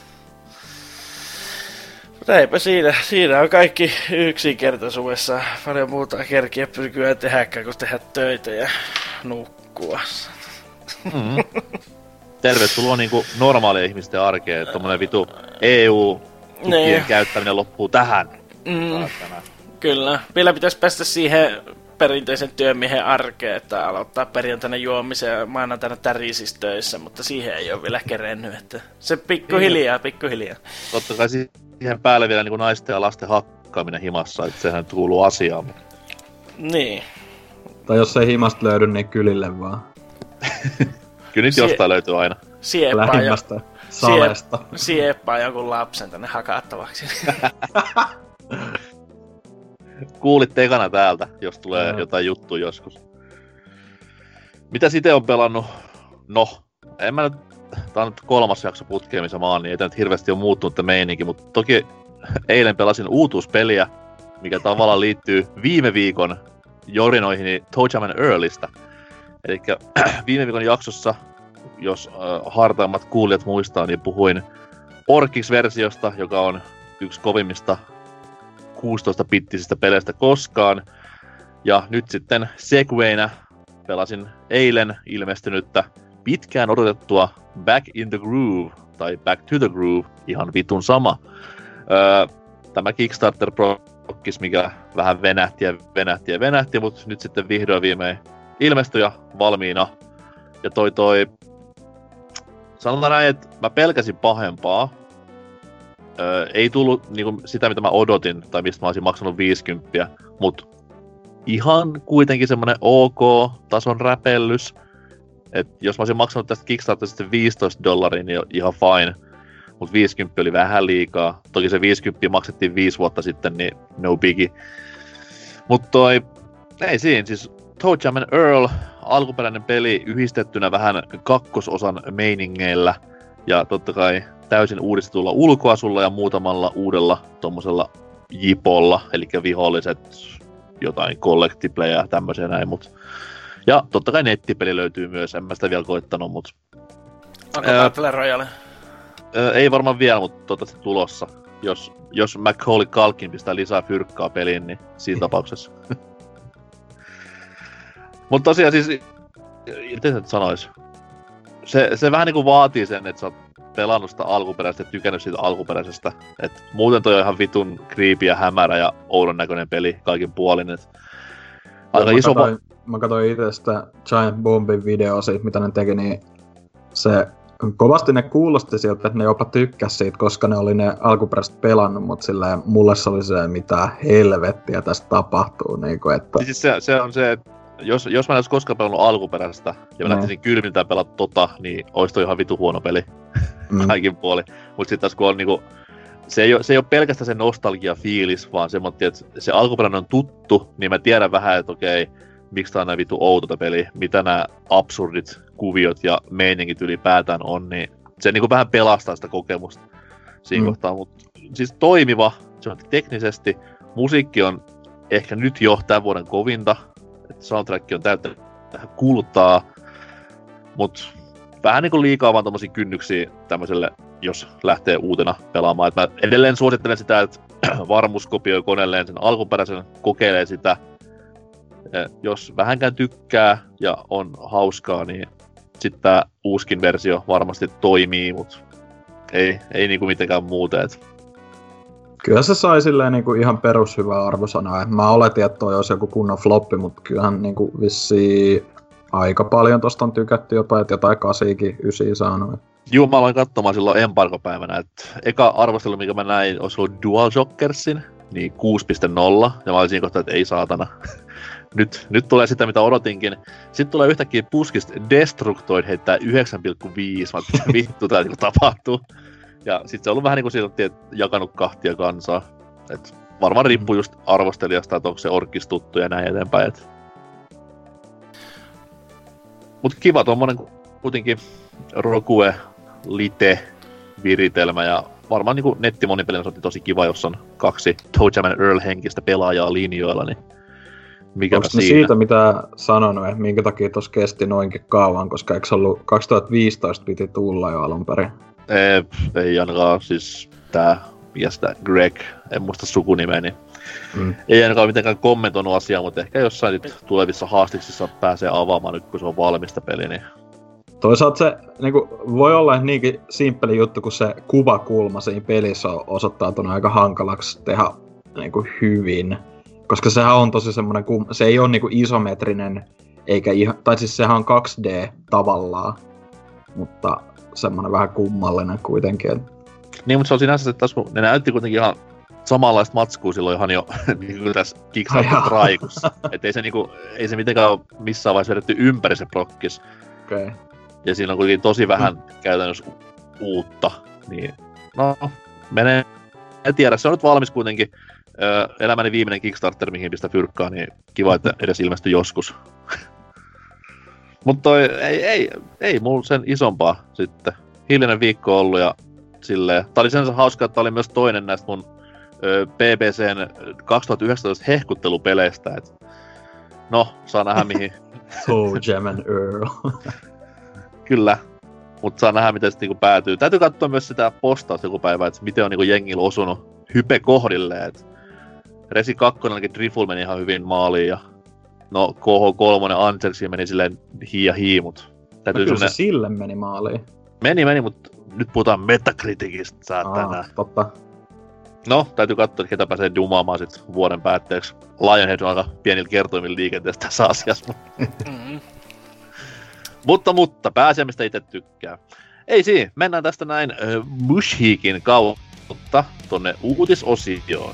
Mutta eipä siinä on kaikki yksinkertaisuudessa. Paljon muuta kerkiä pyrkyä tehdäkään, kun tehdä töitä ja nukkua. Mm-hmm. Tervetuloa niinku normaalia ihmisten arkeen, että tommonen vitu EU-tukien käyttäminen loppuu tähän. Kyllä. Vielä pitäisi päästä siihen perinteisen työmiehen arkeen, että aloittaa perjantaina juomisen ja maanantaina tärisistä töissä, mutta siihen ei ole vielä kerennyt, että se pikkuhiljaa. Totta kai siihen päälle vielä niin kuin naisten ja lasten hakkaaminen himassa, että sehän kuuluu asiaan. Niin. Tai jos ei himasta löydy, niin kylille vaan. Kyllä nyt jostain löytyy aina. Lähimmästä salesta. Sieppaa jonkun lapsen tänne hakattavaksi. Kuulitte ekana täältä, jos tulee jotain juttua joskus. Mitä itse on pelannut? No, en mä nyt... Tää on nyt 3. jakso putkeen, missä mä oon, niin ei tää nyt hirveästi ole muuttunut tämä meininki, mutta toki eilen pelasin uutuuspeliä, mikä tavallaan liittyy viime viikon jorinoihin Toe Jam & Earlista. Elikkä viime viikon jaksossa, jos hartaimmat kuulijat muistaa, niin puhuin Orkix-versiosta, joka on yksi kovimmista 16-bittisistä peleistä koskaan. Ja nyt sitten segwaynä pelasin eilen ilmestynyttä pitkään odotettua Back in the Groove, tai Back to the Groove, ihan vitun sama. Tämä Kickstarter-prokkis, mikä vähän venähti, mutta nyt sitten vihdoin viimein ilmestyi ja valmiina. Ja sanotaan näin, että mä pelkäsin pahempaa. Ei tullut niinku sitä, mitä mä odotin, tai mistä mä olisin maksanut 50, mutta ihan kuitenkin semmonen OK-tason räpellys. Et jos mä olisin maksanut tästä Kickstarterista $15, niin ihan fine. Mut 50 oli vähän liikaa. Toki se 50 maksettiin 5 vuotta sitten, niin no biggie. Mut ei siinä, siis Toe Jam & Earl, alkuperäinen peli yhdistettynä vähän kakkososan meiningeillä. Ja totta kai täysin uudistetulla ulkoasulla ja muutamalla uudella tommosella jipolla, eli viholliset, jotain collectipleja ja tämmöisiä näin, mut... Ja totta kai nettipeli löytyy myös, en mä sitä vielä koittanut, mut... Onko Battle Royale? Ei varmaan vielä, mutta toivottavasti tulossa. Jos Macaulay Culkin pistää lisää fyrkkaa peliin, niin siinä tapauksessa. Mutta tosiaan siis... Miten se nyt sanois? Se vähän niinku vaatii sen, että sä oot pelannut sitä alkuperäistä ja tykännyt siitä alkuperäisestä. Et muuten toi on ihan vitun creepy ja hämärä ja oudon näköinen peli kaikin puolin. Et aika iso... Mä katsoin itse sitä Giant Bombin videoa siitä, mitä ne teki, niin se kovasti ne kuulosti siltä, että ne jopa tykkäs siitä, koska ne oli ne alkuperäiset pelannut, mutta silleen mulle se oli se, mitä helvettiä tästä tapahtuu. Niin kuin, että... Siis se on se, että jos mä en olisi koskaan pelannut alkuperäistä ja mä lähtisin kylmiltään pelata niin ois toi ihan vitu huono peli kaikin puolin. Mut sit taas kun on niinku... Se ei ole pelkästään se nostalgia-fiilis, vaan semmoinen, että se alkuperäinen on tuttu, niin mä tiedän vähän, että okei, miksi tää on näin vitu outo peli, mitä nämä absurdit kuviot ja meiningit ylipäätään on, niin se niinku vähän pelastaa sitä kokemusta siinä kohtaa, mutta siis toimiva, se on teknisesti, musiikki on ehkä nyt jo tämän vuoden kovinta, että soundtrack on täyttä kultaa, mutta vähän niinku liikaa vaan tommosia kynnyksiä tämmöiselle jos lähtee uutena pelaamaan. Et mä edelleen suosittelen sitä, että varmuuskopioi koneelleen sen alkuperäisen, kokeilee sitä. Jos vähänkään tykkää ja on hauskaa, niin sitten tää uuskin versio varmasti toimii, mut ei niinku mitenkään muuten. Kyllä se sai silleen niinku ihan perushyvää arvosanaa. Mä oletin, että toi olisi joku kunnon floppi, mutta kyllähän niinku vissiin aika paljon tosta on tykätty jopa, että jotain 8-9 saanut. Juu, mä aloin katsomaan silloin embargopäivänä, että eka arvostelu, mikä mä näin, olisi ollut DualShockersin, niin 6.0, ja mä olin siinä kohtaa, että ei saatana. Nyt tulee sitä, mitä odotinkin. Sitten tulee yhtäkkiä puskista Destructoid heittää 9.5, mä vittu tää niinku tapahtuu. Ja sit se on ollut vähän niinku siitä, että jakanut kahtia kansaa. Et varmaan riippuu just arvostelijasta, että onko se orkkis tuttu ja näin eteenpäin. Mut kiva tommonen kuitenkin Rogue Lite-viritelmä ja varmaan niinku nettimonipelinä se on tosi kiva, jos on 2 ToeJam and Earl-henkistä pelaajaa linjoilla, niin mikäpä siinä. Siitä mitä sanonut, että minkä takia tossa kesti noinkin kauan, koska eikö se ollut 2015 piti tulla jo alun perin? Ei ainakaan siis Greg, en muista sukunimeä, niin ei ainakaan mitenkään kommentoinut asiaa, mutta ehkä jossain nyt tulevissa haastiksissa pääsee avaamaan nyt, kun se on valmista peli, niin toisaalta se niinku, voi olla niinkin simppeli juttu, kun se kuvakulma siinä pelissä on osoittautunut aika hankalaksi tehdä niinku, hyvin. Koska sehän on tosi semmonen, se ei ole niinku isometrinen, eikä tai siis sehän on 2D tavallaan, mutta semmonen vähän kummallinen kuitenkin. Niin, mutta se on sinänsä, että ne näytti kuitenkin ihan samanlaista matskua silloin ihan jo niin tässä Kickstarter-traikussa. Että ei se mitenkään ole missään vaiheessa vedetty ympäri se prokkis. Okay. Ja siinä on kuitenkin tosi vähän käytännössä uutta. Niin, no, menee. En tiedä, se on nyt valmis kuitenkin. Elämäni viimeinen Kickstarter, mihin pistä fyrkkaa, niin kiva, että edes ilmestyi joskus. Mutta ei mulla sen isompaa sitten. Hiljainen viikko on ollut ja silleen. Tää oli sen hauskaa, että tää oli myös toinen näistä mun BBCn 2019 hehkuttelupeleistä. Et no, saa nähdä mihin. ToeJam and Earl. Kyllä, mutta saa nähdä miten se niinku päätyy. Täytyy katsoa myös sitä postausta joku päivä, että miten on niinku jengillä osunut hype kohdilleen. Resi 2 Driful meni ihan hyvin maaliin ja no KH3 Angelsi meni silleen hii, mut täytyy kyllä se sille meni maaliin. Meni, mut nyt puhutaan Metacriticistä saattaa totta. No, täytyy katsoa, että ketä pääsee dumaamaan sit vuoden päätteeksi. Lionhead on aika pienillä kertoimilla liikenteessä tässä asiassa. Mutta pääsemistä itse tykkää. Ei siinä, mennään tästä näin Mushikin kautta tonne uutisosioon.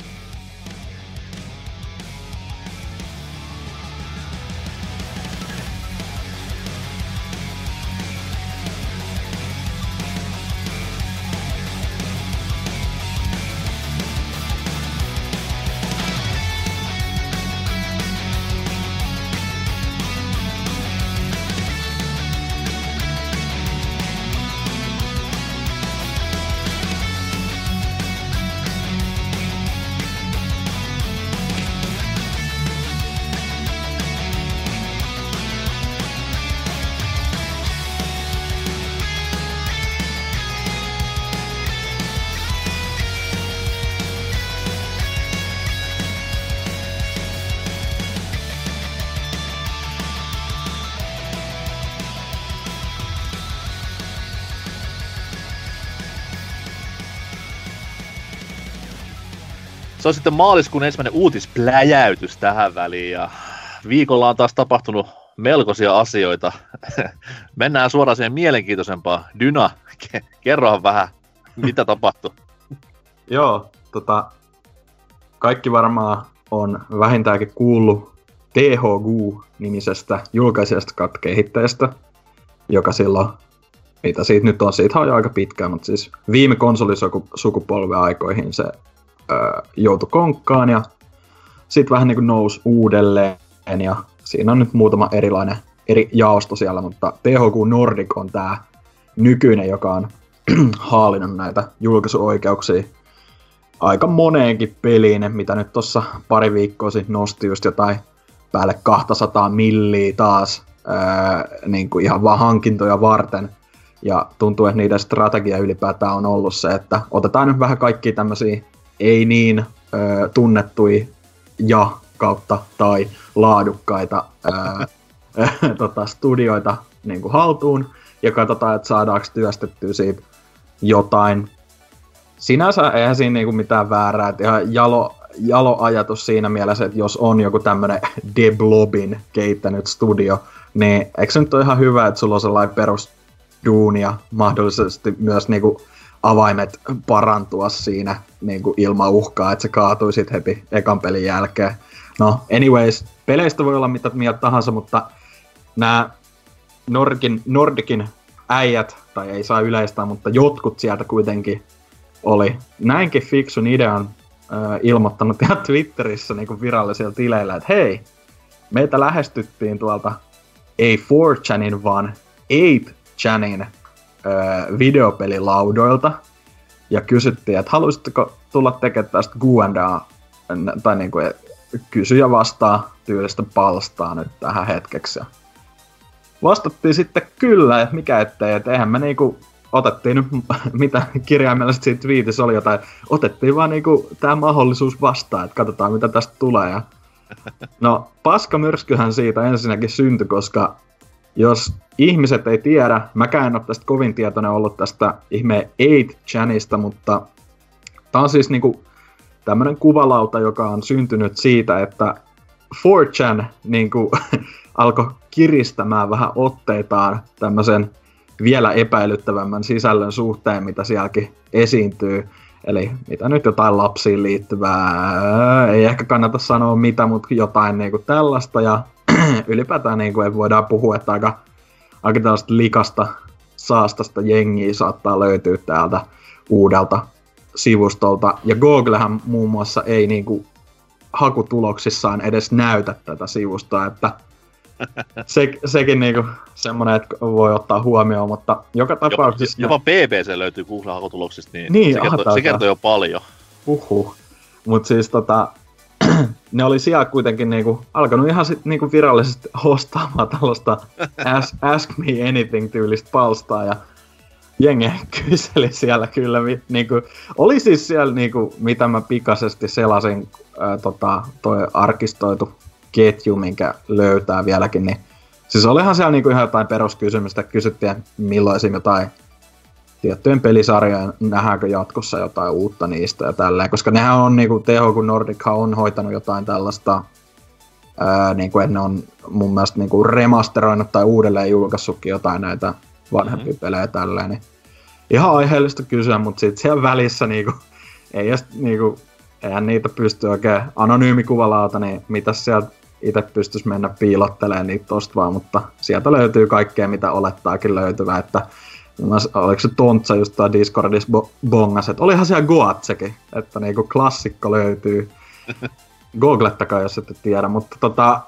Se on sitten maaliskuun ensimmäinen uutispläjäytys tähän väliin ja viikolla on taas tapahtunut melkoisia asioita. Mennään suoraan siihen mielenkiintoisempaan. Dyna, kerrohan vähän, mitä tapahtui? Joo, kaikki varmaan on vähintäänkin kuullut THQ-nimisestä julkaisijasta kehittäjästä, joka silloin, mitä siitä nyt on, siitä on jo aika pitkään, mutta siis viime konsolisukupolven aikoihin se joutui konkkaan ja sitten vähän niin kuin nousi uudelleen ja siinä on nyt muutama eri jaosto siellä, mutta THQ Nordic on tää nykyinen, joka on haalinnut näitä julkaisuoikeuksia aika moneenkin peliin, mitä nyt tossa pari viikkoa sitten nosti just jotain päälle 200 milliä taas niin kuin ihan vaan hankintoja varten. Ja tuntuu, että niiden strategia ylipäätään on ollut se, että otetaan nyt vähän kaikkia tämmöisiä ei niin tunnettuja ja kautta tai laadukkaita studioita niin kuin haltuun ja katsotaan, että saadaanko työstettyä siitä jotain. Sinänsä eihän siinä niinku mitään väärää, että ihan jalo ajatus siinä mielessä, että jos on joku tämmönen De Blobin keittänyt studio, niin eikö se nyt ole ihan hyvä, että sulla on sellainen perusduuni ja mahdollisesti myös niinku avaimet parantua siinä niinku ilman uhkaa, että se kaatui sit heti ekan pelin jälkeen. No, anyways, peleistä voi olla mitä mieltä tahansa, mutta nämä Nordikin äijät, tai ei saa yleistää, mutta jotkut sieltä kuitenkin oli näinkin fiksun idean ilmoittanut ihan Twitterissä niin virallisilla tileillä, että hei, meitä lähestyttiin tuolta ei 4chanin, vaan 8chanin videopelilaudoilta, ja kysyttiin, että haluaisitteko tulla tekemään tästä Q&A, tai niin kuin kysy ja vastaa tyylistä palstaa nyt tähän hetkeksi. Vastattiin sitten kyllä, että mikä ettei, että eihän me niinku otettiin nyt, mitä kirjaimellisesti siitä twiitissä oli jotain, otettiin vaan niinku tää mahdollisuus vastaan, että katsotaan mitä tästä tulee. Ja no, paskamyrskyhän siitä ensinnäkin syntyi, koska jos ihmiset ei tiedä, mäkään en ole tästä kovin tietoinen ollut tästä ihme 8chanista, mutta tää on siis niinku tämmönen kuvalauta, joka on syntynyt siitä, että 4chan niinku alkoi kiristämään vähän otteitaan tämmöisen vielä epäilyttävämmän sisällön suhteen, mitä sielläkin esiintyy. Eli mitä nyt jotain lapsiin liittyvää, ei ehkä kannata sanoa mitä, mutta jotain niinku tällaista. Ja ylipäätään niinku ei voidaan puhua, että aika tällaista likasta saastasta jengiä saattaa löytyä täältä uudelta sivustolta. Ja Googlehan muun muassa ei niinku hakutuloksissaan edes näytä tätä sivustoa, että sekin niinku semmonen, että voi ottaa huomioon, mutta joka tapauksessa... Jopa BBC löytyy Googlen hakutuloksista, niin se kertoo jo paljon. Mut siis ne oli siellä kuitenkin niinku alkanut ihan sit niinku virallisesti hostaamaan tällaista Ask Me Anything-tyylistä palstaa, ja jengi kyseli siellä kyllä, niinku, oli siis siellä niinku, mitä mä pikaisesti selasin, toi arkistoitu ketju, minkä löytää vieläkin, niin siis olihan siellä niinku ihan jotain peruskysymystä, kysyttiin milloin esim. Jotain tiettyjen pelisarjojen, nähdäänkö jatkossa jotain uutta niistä ja tälleen, koska nehän on niinku THQ Nordic on hoitanut jotain tällaista, niinku, että ne on mun mielestä niinku remasteroinut tai uudelleen julkaissutkin jotain näitä vanhempia pelejä tälleen, niin ihan aiheellista kysyä, mutta sit siellä välissä niinku, eihän niitä pysty oikein anonyymikuvalauta, niin mitäs sieltä itse pystyis mennä piilottelemaan niitä tosta vaan, mutta sieltä löytyy kaikkea, mitä olettaakin löytyvää, että oliko se Tontsa just tää Discordissa bongas, että olihan siellä Goatsekin, että niinku klassikko löytyy. Googlettakaa, jos ette tiedä, mutta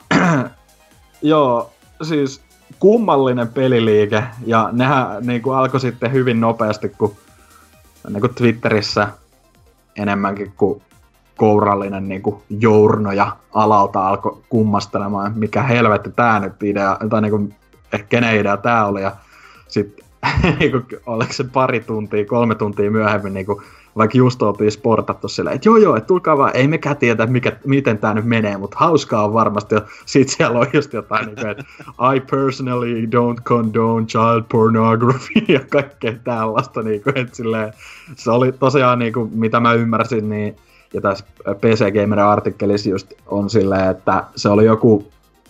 joo, siis kummallinen peliliike, ja nehän niinku alkoi sitten hyvin nopeasti, kun niinku Twitterissä enemmänkin kuin kourallinen niinku journo ja alalta alkoi kummastelemaan, mikä helvetti tää nyt idea, tai niinku, kenen idea tää oli, ja sit niinku, oliko se 3 tuntia myöhemmin, niinku, vaikka just oltiin sportattu silleen, että joo, et tulkaa vaan, ei mekään tiedä, miten tää nyt menee, mutta hauskaa on varmasti, ja sit siellä on just jotain, niinku, että I personally don't condone child pornography, ja kaikkea tällaista, niinku, että silleen, se oli tosiaan, niinku, mitä mä ymmärsin, niin, ja tässä PC Gamerin artikkelissa just on silleen, että se oli joku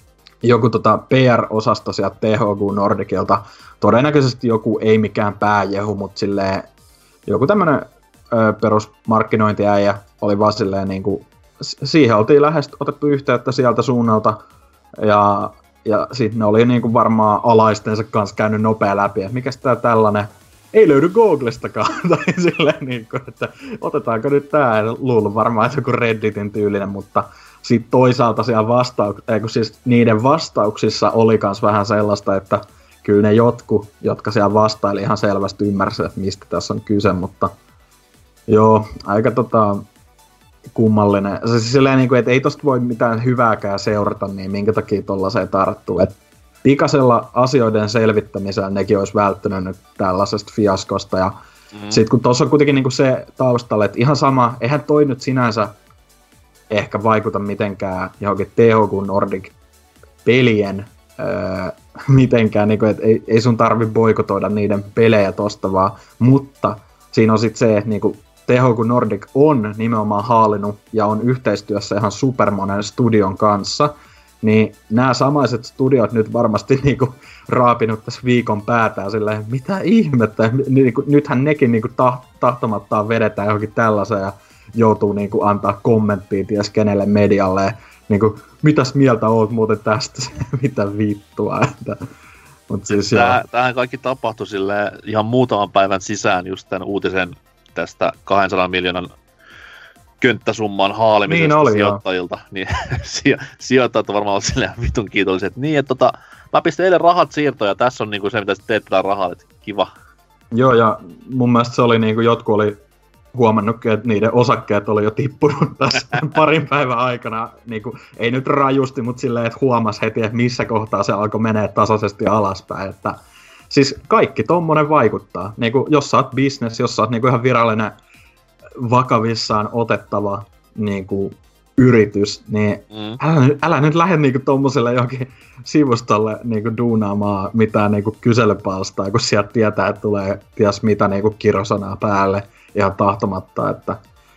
PR-osasto sieltä THQ Nordicilta, todennäköisesti joku ei mikään pääjehu, mutta silleen joku tämmönen perusmarkkinointiäijä oli vaan silleen niinku, siihen oltiin lähes otettu yhteyttä sieltä suunnalta, ja sit ne oli niinku varmaan alaistensa kanssa käynyt nopea läpi, että mikäs tää tällainen, ei löydy Googlestakaan, tai silleen niinku, että otetaanko nyt tää, en luullut varmaan, että joku Redditin tyylinen, mutta sit toisaalta siellä siis niiden vastauksissa oli kans vähän sellaista, että kyllä ne jotka siellä vastaili ihan selvästi ymmärsivät, että mistä tässä on kyse, mutta joo, aika kummallinen. Se siis silleen niinku, että ei tosta voi mitään hyvääkään seurata, niin minkä takia tollaseen tarttuu, että pikaisella asioiden selvittämisellä nekin olisi välttynyt nyt tällaisesta fiaskosta. Ja sitten kun tuossa on kuitenkin niinku se taustalla, että ihan sama, eihän toi nyt sinänsä ehkä vaikuta mitenkään johonkin THQ Nordic-pelien mitenkään, niinku, että ei sun tarvi boikotoida niiden pelejä tosta vaan, mutta siinä on sitten se, että niinku, THQ Nordic on nimenomaan haalinut ja on yhteistyössä ihan supermonen studion kanssa, niin nämä samaiset studiot nyt varmasti niinku raapinut tässä viikon päätään silleen, mitä ihmettä, niinku, nythän nekin niinku tahtomattaan vedetään johonkin tällaisen ja joutuu niinku antaa kommenttia ties kenelle medialle, niinku, mitäs mieltä oot muuten tästä, mitä vittua, että... Siis tämähän kaikki tapahtui ihan muutaman päivän sisään just tämän uutisen tästä 200 miljoonan könttäsumman haalimisesta niin sijoittajilta, niin sijoittajat on varmaan silleen vitun kiitolliset. Niin, että mä pistin eilen rahat siirtoon ja tässä on niinku se, mitä teet tällä rahalla, että kiva. Joo, ja mun mielestä se oli niinku, jotkut oli huomannutkin, että niiden osakkeet oli jo tippunut tässä parin päivän aikana. Niinku, ei nyt rajusti, mutta silleen, että huomasi heti, että missä kohtaa se alkoi menee tasaisesti alaspäin. Että, siis kaikki tommonen vaikuttaa. Niinku, jos sä oot business, jos sä oot niinku ihan virallinen vakavissaan otettava niinku, yritys, niin älä nyt lähde niinku tommoselle johonkin sivustolle niinku duunaamaan mitään niinku kyselypalstaa, kun sieltä tietää, että tulee ties mitä niinku kirosanaa päälle ihan tahtomatta, että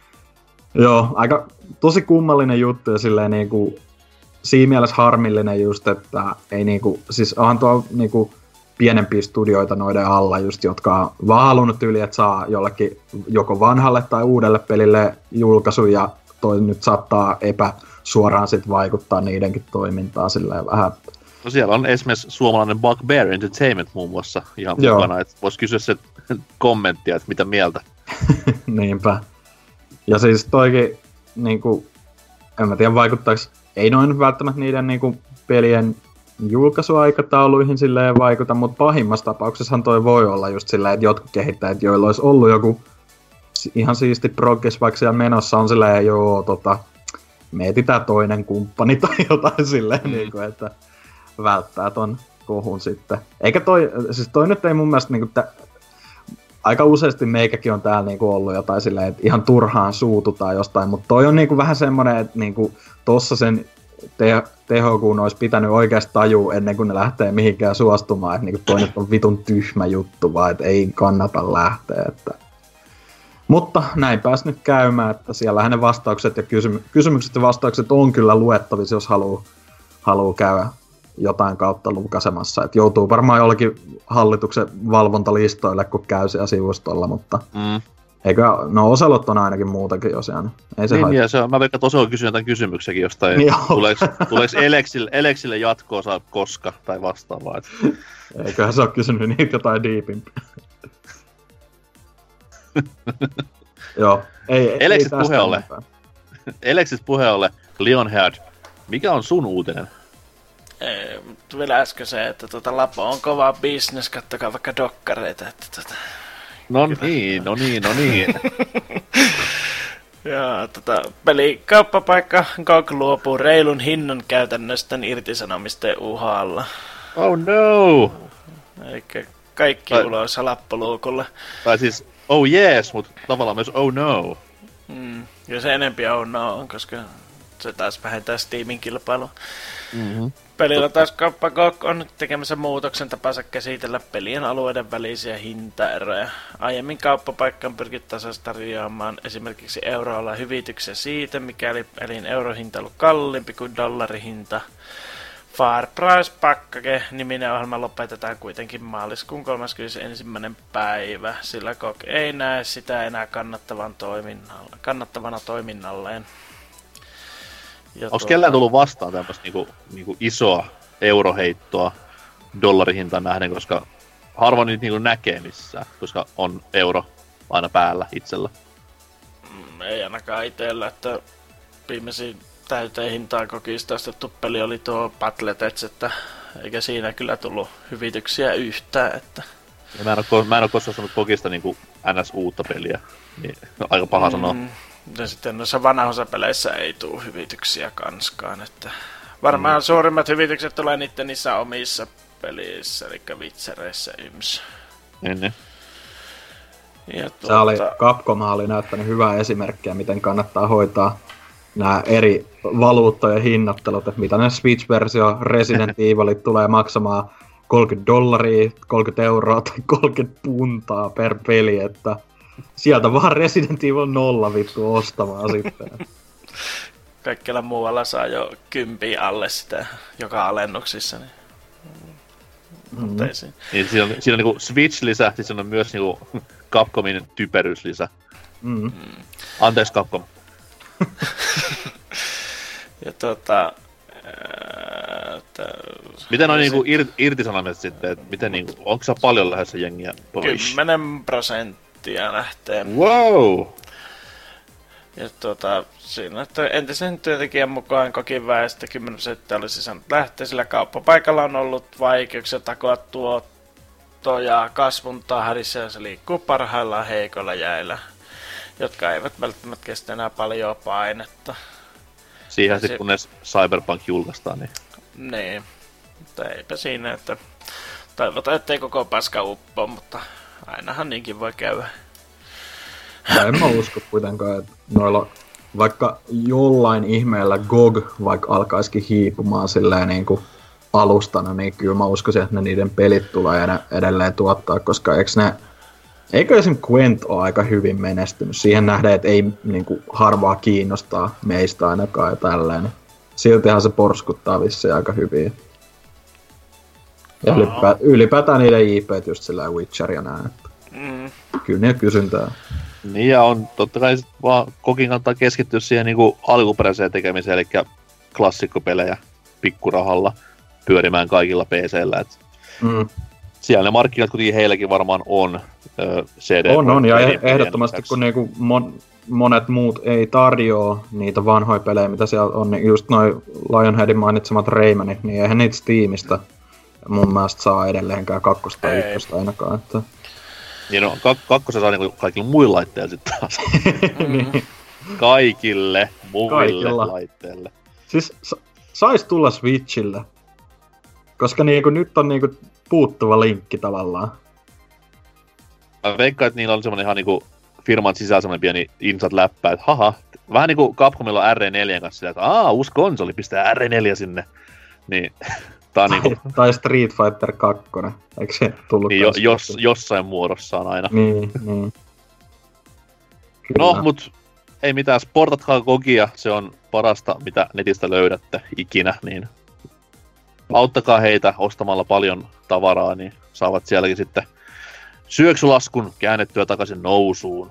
joo, aika tosi kummallinen juttu ja silleen niinku siinä mielessä harmillinen just, että ei niinku, siis onhan tuolla niinku pienempiä studioita noiden alla just, jotka on vaan halunnut yli, että saa jollekin joko vanhalle tai uudelle pelille julkaisu ja toi nyt saattaa epäsuoraan sit vaikuttaa niidenkin toimintaan silleen vähän. No siellä on esimerkiksi suomalainen Bugbear Entertainment muun muassa ihan mukana, että vois kysyä se kommenttia, että mitä mieltä. Niinpä. Ja siis toikin, niinku, en mä tiedä vaikuttaako, ei noin välttämättä niiden niinku pelien julkaisuaikatauluihin silleen vaikuta, mutta pahimmassa tapauksessahan toi voi olla just silleen, että jotkut kehittäjät, joilla olisi ollut joku ihan siisti progress, vaikka siellä menossa on silleen, me etsitään toinen kumppani tai jotain silleen, niinku, että välttää ton kohun sitten. Eikä toi nyt ei mun mielestä niinku, aika useasti meikäkin on täällä niinku ollut jotain silleen, että ihan turhaan suututaan jostain, mutta toi on niinku vähän semmonen, että niinku tossa sen THQ olisi pitänyt oikeasti tajua ennen kuin ne lähtee mihinkään suostumaan, että niinku toi nyt on vitun tyhmä juttu vaan, että ei kannata lähteä, että... Mutta näin pääs nyt käymään, että siellähän ne vastaukset ja kysymykset ja vastaukset on kyllä luettavissa, jos haluaa käydä jotain kautta lukasemassa. Et joutuu varmaan jollakin hallituksen valvontalistoille, kun käy siellä sivustolla, mutta eikö, no Oselot on ainakin muutakin jo siellä. Ei se niin, ja se on, mä veikkaan, että Oselo kysyy jotain kysymyksiäkin jostain, niin tuleeko Elexille jatkoa saa koska tai vastaavaa. Eiköhän se ole kysynyt niitä jotain diipimpiä. Joo, ei Alexis puheolle, Leonhard, mikä on sun uutinen? Vielä äsken se, että Lapo on kova business, kattokaa vaikka dokkareita, että No niin. Ja pelikauppapaikka GOG luopuu reilun hinnan käytännöstä irtisanomisten uhalla. Oh no! Eikä kaikki ulos lappoluukulle. Tai siis oh yes, mutta tavallaan myös oh no. Ja se enempi oh no on, koska se taas vähentää Steamin kilpailua. Pelillä taas kauppa GOG on tekemässä muutoksen tapansa käsitellä pelien alueiden välisiä hintaeroja. Aiemmin kauppapaikka on pyrkinyt tasaisesti tarjoamaan esimerkiksi euroalla hyvityksiä siitä, mikäli pelin eurohinta on ollut kalliimpi kuin dollarihinta. Far Price Package -niminen ohjelma lopetetaan kuitenkin maaliskuun 31. päivä, sillä GOG ei näe sitä enää kannattavana toiminnalleen. Onko kellään tullut vastaan tämmöistä niinku isoa euroheittoa dollarihintaan nähden, koska harvoin niitä niinku näkee missään, koska on euro aina päällä itsellä? Ei ainakaan itsellä, että viimeisin täyteen hintaan GOGista ostettu peli oli tuo Battletech, että eikä siinä kyllä tullut hyvityksiä yhtään, että... Ja mä en oo koskaan saanut GOGista niinku NS uutta peliä, niin aika paha sanoa. Ja sitten noissa vanhoissa peleissä ei tule hyvityksiä kanskaan, että Varmaan suurimmat hyvitykset tulee niissä omissa pelissä, eli Witchereissä yms. Niin. Capcom oli näyttänyt hyvää esimerkkiä, miten kannattaa hoitaa nämä eri valuuttojen hinnattelut, että mitä ne Switch-versio Resident Evilit tulee maksamaan $30, 30 euroa tai 30 puntaa per peli, että sieltä vaan Resident Evil 0 vittu ostamaan sitten. Kaikkialla muualla saa jo 10 alle sitä joka alennuksissa. Niin, siinä on niinku Switch-lisä, siis on myös niinku Capcomin typeryyslisä. Anteeksi Capcom. Ja miten on niinku irtisanomiset sitten, että miten niinku, onko sä paljon lähdössä jengiä pois? 10% lähtee. Wow! Ja siinä, että entisen työntekijän mukaan kokin väestä 10% olisi saanut lähteä, sillä kauppapaikalla on ollut vaikeuksia takoa tuottoja kasvun tahdissa ja se liikkuu parhaillaan heikoilla jäillä, jotka eivät välttämättä kestä enää paljon painetta. Siihen sitten kunnes Cyberpunk julkaistaan, niin... Niin, mutta eipä siinä, että toivotaan, ettei koko paska uppoa, mutta ainahan niinkin voi käydä. En mä usko kuitenkaan, että noilla vaikka jollain ihmeellä GOG vaikka alkaisikin hiipumaan silleen niinku alustana, niin kyllä mä uskoisin, että ne niiden pelit tulee edelleen tuottaa, koska eikö esim. Gwent ole aika hyvin menestynyt? Siihen nähdään, että ei niinku harvaa kiinnostaa meistä ainakaan ja tälleen. Siltihan se porskuttaa vissiin aika hyvin. Ja ylipäätään niiden IPt just sillä Witcher ja näin. Kyllä niitä kysyntää. Niin ja on totta kai sit vaan kokin kannattaa keskittyä siihen niinku alkuperäiseen tekemiseen, eli klassikkopelejä pikkurahalla pyörimään kaikilla PC:llä. Siellä ne markkinat kuitenkin heilläkin varmaan on CD. On ja ehdottomasti kun niinku monet muut ei tarjoa niitä vanhoja pelejä, mitä siellä on, niin just noi Lionheadin mainitsemat Raymanit, niin eihän niitä Steamista mun mielestä saa edelleenkään 2 tai 1 ainakaan. Että... Niin no, 2 saa niinku kaikilla muilla laitteilla sitten taas. Kaikille muille laitteille. Siis sais tulla Switchille, koska niinku nyt on niinku puuttuva linkki tavallaan. Mä veikkaan, että niillä on semmonen ihan niinku firman sisällä semmonen pieni insat-läppä, että haha, vähän niinku Capcomilla on R4 kanssa sillä, että uusi konsoli, pistää R4 sinne. Niin, tää on niinku... Tai Street Fighter 2, eikö se tullut niin, jossain muodossaan aina. Niin. No, mut ei mitään, sportatkaa GOGia, se on parasta, mitä netistä löydätte ikinä, niin auttakaa heitä ostamalla paljon tavaraa, niin saavat sielläkin sitten syöksylaskun käännettyä takaisin nousuun.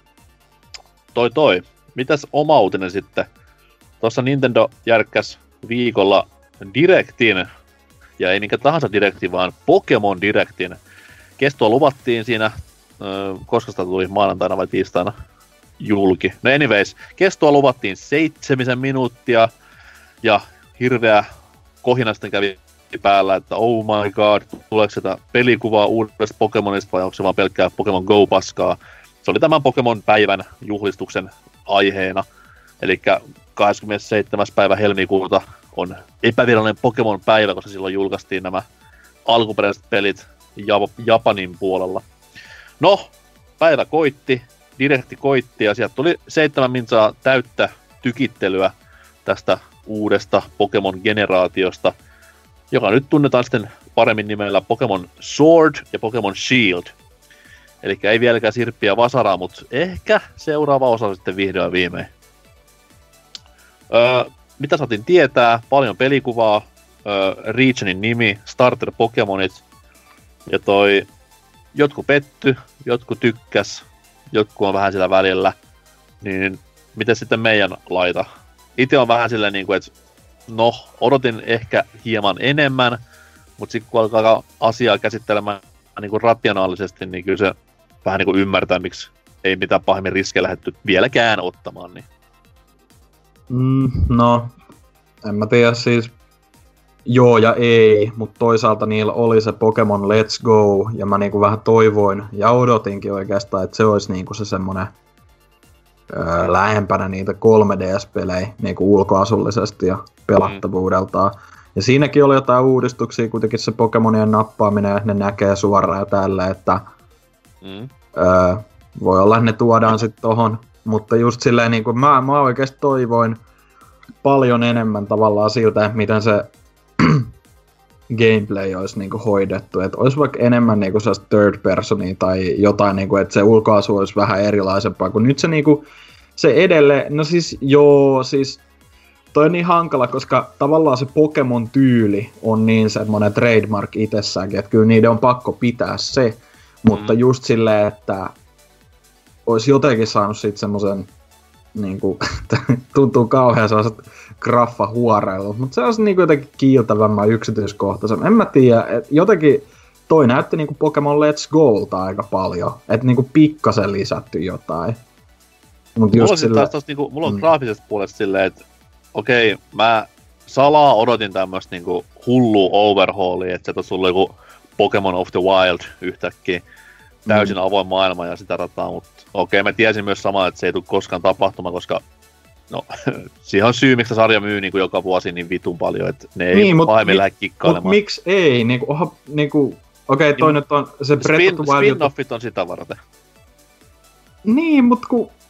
Mitäs oma uutinen sitten? Tuossa Nintendo järkkäs viikolla Directin, ja ei minkä tahansa Directin, vaan Pokemon Directin. Kestoa luvattiin siinä, koska sitä tuli maanantaina vai tiistaina julki. No anyways, kestoa luvattiin 7 minuuttia, ja hirveä kohina sitten kävi päällä, että oh my god, tuleeko sitä pelikuvaa uudesta Pokemonista vai onko se vaan pelkkää Pokemon Go-paskaa. Se oli tämän Pokemon-päivän juhlistuksen aiheena. Eli 27. päivä helmikuuta on epävirallinen Pokemon-päivä, koska silloin julkaistiin nämä alkuperäiset pelit Japanin puolella. No, päivä koitti, Directi koitti ja sieltä tuli 7 minsaa täyttä tykittelyä tästä uudesta Pokemon-generaatiosta, joka nyt tunnetaan sitten paremmin nimellä Pokemon Sword ja Pokemon Shield. Eli ei vieläkään sirppiä vasaraa, mutta ehkä seuraava osa sitten vihdoin viimein. Mitä saatiin tietää? Paljon pelikuvaa, regionin nimi, starter Pokemonit. Ja jotkut petty, jotkut tykkäs, jotkut on vähän sillä välillä. Niin miten sitten meidän laita? Itse on vähän silleen niinku, että no, odotin ehkä hieman enemmän, mutta sitten kun alkaa asiaa käsittelemään niinku rationaalisesti, niin kyllä se vähän niinku ymmärtää, miksi ei mitään pahemmin riskejä lähdetty vieläkään ottamaan. Niin. No, en mä tiedä siis joo ja ei, mutta toisaalta niillä oli se Pokemon Let's Go, ja mä niinku vähän toivoin ja odotinkin oikeastaan, että se olisi niinku se semmonen lähempänä niitä 3DS-pelejä niinku ulkoasullisesti ja pelattavuudeltaan. Ja siinäkin oli jotain uudistuksia, kuitenkin se Pokemonien nappaaminen, että ne näkee suoraan ja tällä, että voi olla, että ne tuodaan sitten tohon. Mutta just silleen, niin mä oikeasti toivoin paljon enemmän tavallaan siltä, miten se gameplay olisi niinku hoidettu. Että olisi vaikka enemmän niinku third personia tai jotain, niinku, että se ulkoasu olisi vähän erilaisempaa. Kun nyt se, niinku, se edelleen, no siis joo, siis toi on niin hankala, koska tavallaan se Pokemon-tyyli on niin semmoinen trademark itsessäänkin, että kyllä niiden on pakko pitää se, mutta just silleen, että olisi jotenkin saanut sit semmoisen, niinku, tuntuu kauhean sellaiset graffahuoreilut, mutta se olisi niinku jotenkin kiiltävämmän yksityiskohtaisemmin. En mä tiedä, jotenkin toi näytti niinku Pokemon Let's Golta aika paljon, että niinku pikkasen lisätty jotain. Mut just mulla on graafisesta puolesta silleen, että okei, mä salaa odotin tämmöstä niinku hullua overhaulia, että se on tullut joku Pokemon of the Wild yhtäkkiä. Täysin avoin maailma ja sitä rataa, mutta okei, mä tiesin myös samaa, että se ei tule koskaan tapahtumaan, koska no, siihen on syy, miksi sarja myy niin kuin joka vuosi niin vitun paljon, että ne ei pahemmin lähde kikkailemaan. Mutta miksi ei? Okei, toi nyt on se Breath of the Wild. Spin-offit on sitä varten. Niin, mut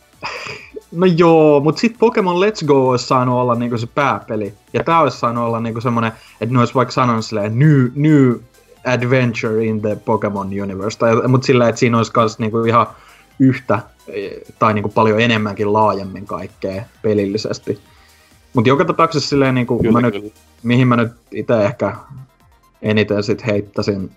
no joo, mut sit Pokemon Let's Go olisi saanut olla niinku se pääpeli. Ja tää olisi saanut olla niinku semmonen, että ne olisi vaikka sanonut silleen new adventure in the Pokemon universe. Mut sillä, että siinä olisi kans niinku ihan yhtä tai niinku paljon enemmänkin laajemmin kaikkea pelillisesti. Mut joka tapauksessa silleen niinku mihin mä nyt ite ehkä eniten sit heittäisin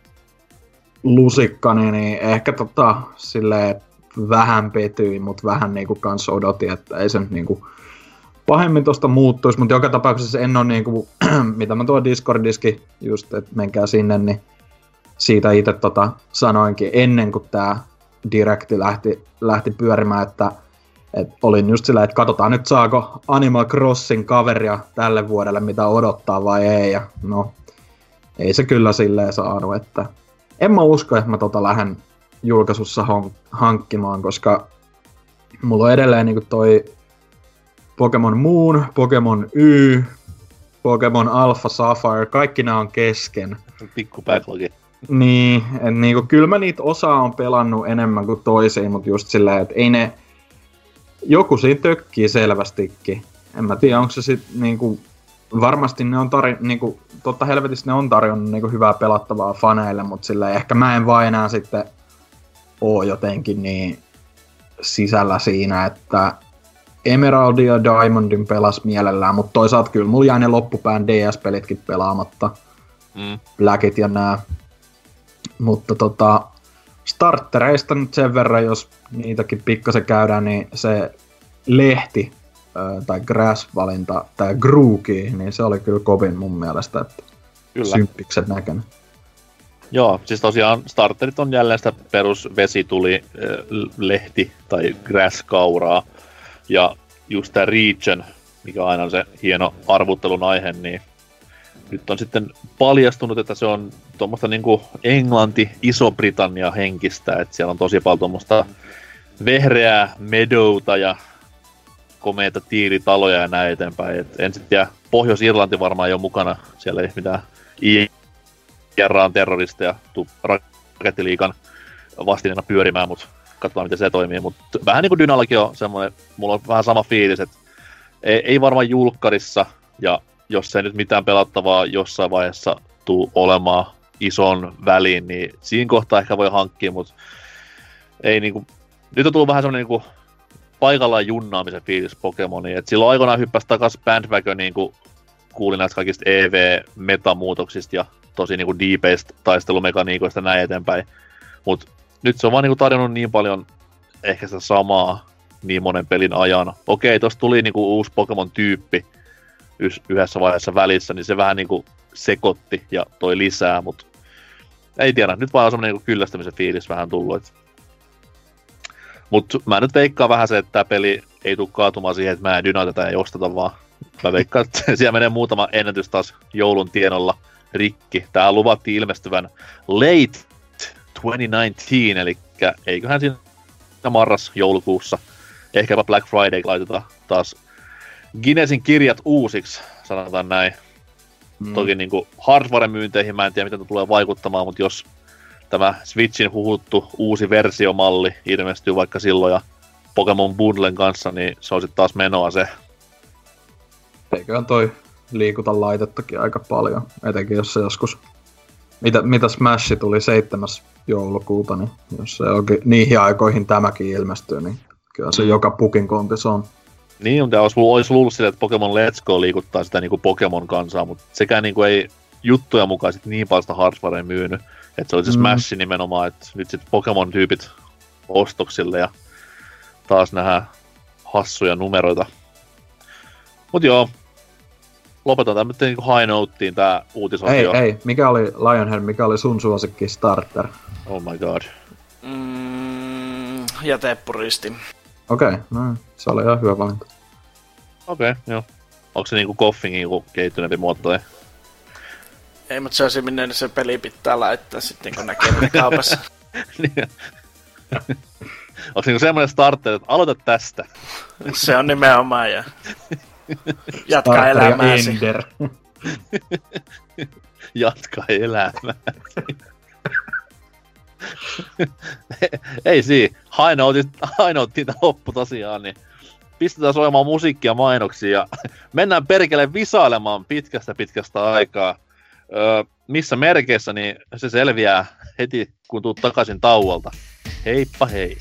lusikkani, niin ehkä silleen vähän petyin, mut vähän niinku kans odotin, että ei se nyt niinku pahemmin tosta muuttuisi, mutta joka tapauksessa en oo niinku, mitä mä tuo Discordiskin just, että menkää sinne, niin siitä itse sanoinkin ennen kuin tää Directi lähti pyörimään, että olin just sillä, että katsotaan nyt saako Animal Crossing kaveria tälle vuodelle, mitä odottaa vai ei, ja no ei se kyllä silleen saanut, että en mä usko, että mä lähden julkaisussa hankkimaan, koska mulla on edelleen niinku toi Pokemon Moon, Pokemon Y, Pokemon Alpha Sapphire, kaikki nää on kesken. Pikku backlogi. Niin, että niinku, kyllä mä niitä osaa on pelannut enemmän kuin toisiin, mutta just silleen, että ei ne, joku siinä tökkii selvästikin. En mä tiedä, onko se sit niinku, varmasti ne on niinku, totta helvetissä ne on tarjonnut niinku hyvää pelattavaa faneille, mutta silleen ehkä mä en vaan enää sitten oo jotenkin niin sisällä siinä, että Emeraldin ja Diamondin pelas mielellään, mutta toisaalta kyllä mulla jäi ne loppupään DS-pelitkin pelaamatta. Blackit ja nää. Mutta starttereista nyt sen verran, jos niitäkin pikkasen käydään, niin se lehti tai Grass-valinta tai Grookey, niin se oli kyllä kovin mun mielestä, että symppiksen näköinen. Joo, siis tosiaan starterit on jälleen sitä perus vesituli lehti tai Grass-kauraa. Ja just tää Region, mikä aina on se hieno arvuttelun aihe, niin nyt on sitten paljastunut, että se on tuommoista niinku Englanti, Iso-Britannia henkistä, että siellä on tosi paljon tuommoista vehreää medouta ja komeita tiiritaloja ja näin eteenpäin. Et en sit tiedä, Pohjois-Irlanti varmaan ei ole mukana, siellä ei mitään IRAn terroristeja tuu Rakettiliigan vastineena pyörimään, mutta katsotaan miten se toimii. Mutta vähän niinku Dynallakin on semmoinen, mulla on vähän sama fiilis, että ei varmaan julkkarissa, ja jos ei nyt mitään pelattavaa jossain vaiheessa tuu olemaan ison väliin, niin siinä kohtaa ehkä voi hankkia, mutta ei niinku, nyt on tullut vähän semmoinen niinku paikallaan junnaamisen fiilis Pokemoniin, että silloin aikoinaan hyppäsi takas bandwagoniin, kun kuulin näistä kaikista EV-metamuutoksista ja tosi niinku deep-based taistelumekaniikoista näin eteenpäin, mutta nyt se on vaan niinku tarjonnut niin paljon ehkä sitä samaa niin monen pelin ajan. Okei, tossa tuli niinku uusi Pokemon-tyyppi yhdessä vaiheessa välissä, niin se vähän niinku sekoitti ja toi lisää, mutta ei tiedä, nyt vaan on semmonen niinku kyllästämisen fiilis vähän tullut. Mutta mä nyt veikkaan vähän se, että tää peli ei tule kaatumaan siihen, että mä en dynateta ei osteta, vaan mä veikkaan, että siellä menee muutama ennätys taas joulun tienolla rikki. Tää luvattiin ilmestyvän late 2019, eli eiköhän siinä marras-joulukuussa ehkäpä Black Friday laitetaan taas Guinnessin kirjat uusiksi, sanotaan näin. Toki niinku hardware-myynteihin mä en tiedä, miten tämä tulee vaikuttamaan, mutta jos tämä Switchin huhuttu uusi versiomalli ilmestyy vaikka silloin ja Pokemon Bundlen kanssa, niin se on sitten taas menoa se. Eiköhän toi liikuta laitettakin aika paljon, etenkin jos se joskus... Mitä Smash tuli 7. joulukuuta, niin jos se onkin niihin aikoihin tämäkin ilmestyy, niin kyllä se joka pukin kontis on. Niin, mutta olisi luullut sille, että Pokemon Let's Go liikuttaa sitä niinku Pokemon-kansaa, mutta sekään niinku ei juttuja mukaan sit niin paljon sitä hardwarea myynyt. Että se oli se Smash nimenomaan, että nyt sit Pokemon-tyypit ostoksille ja taas nähdään hassuja numeroita. Mut joo, lopetetaan nyt niinku high noteen tää uutisosio. Ei, mikä oli Lionhead, mikä oli sun suosikki starter? Oh my god. Jätepuristi. Okei, no se oli ihan hyvä valinta. Okei, joo. Onko se niinku Koffingin joku kehittyneempi muoto? Ei, mutta se on minne se peli pitää laittaa sitten, kun näkee ne kaupassa. Onko se niinku semmoinen starter, että aloita tästä? Se on nimenomaan, ja jatka elämääsi. Jatka elämääsi. Ei siinä. High note loppu tosiaan, niin pistetään soimaan musiikkia ja mainoksia ja mennään perkele visailemaan pitkästä aikaa. Missä merkeissä, niin se selviää heti, kun tuut takaisin tauolta. Heippa hei!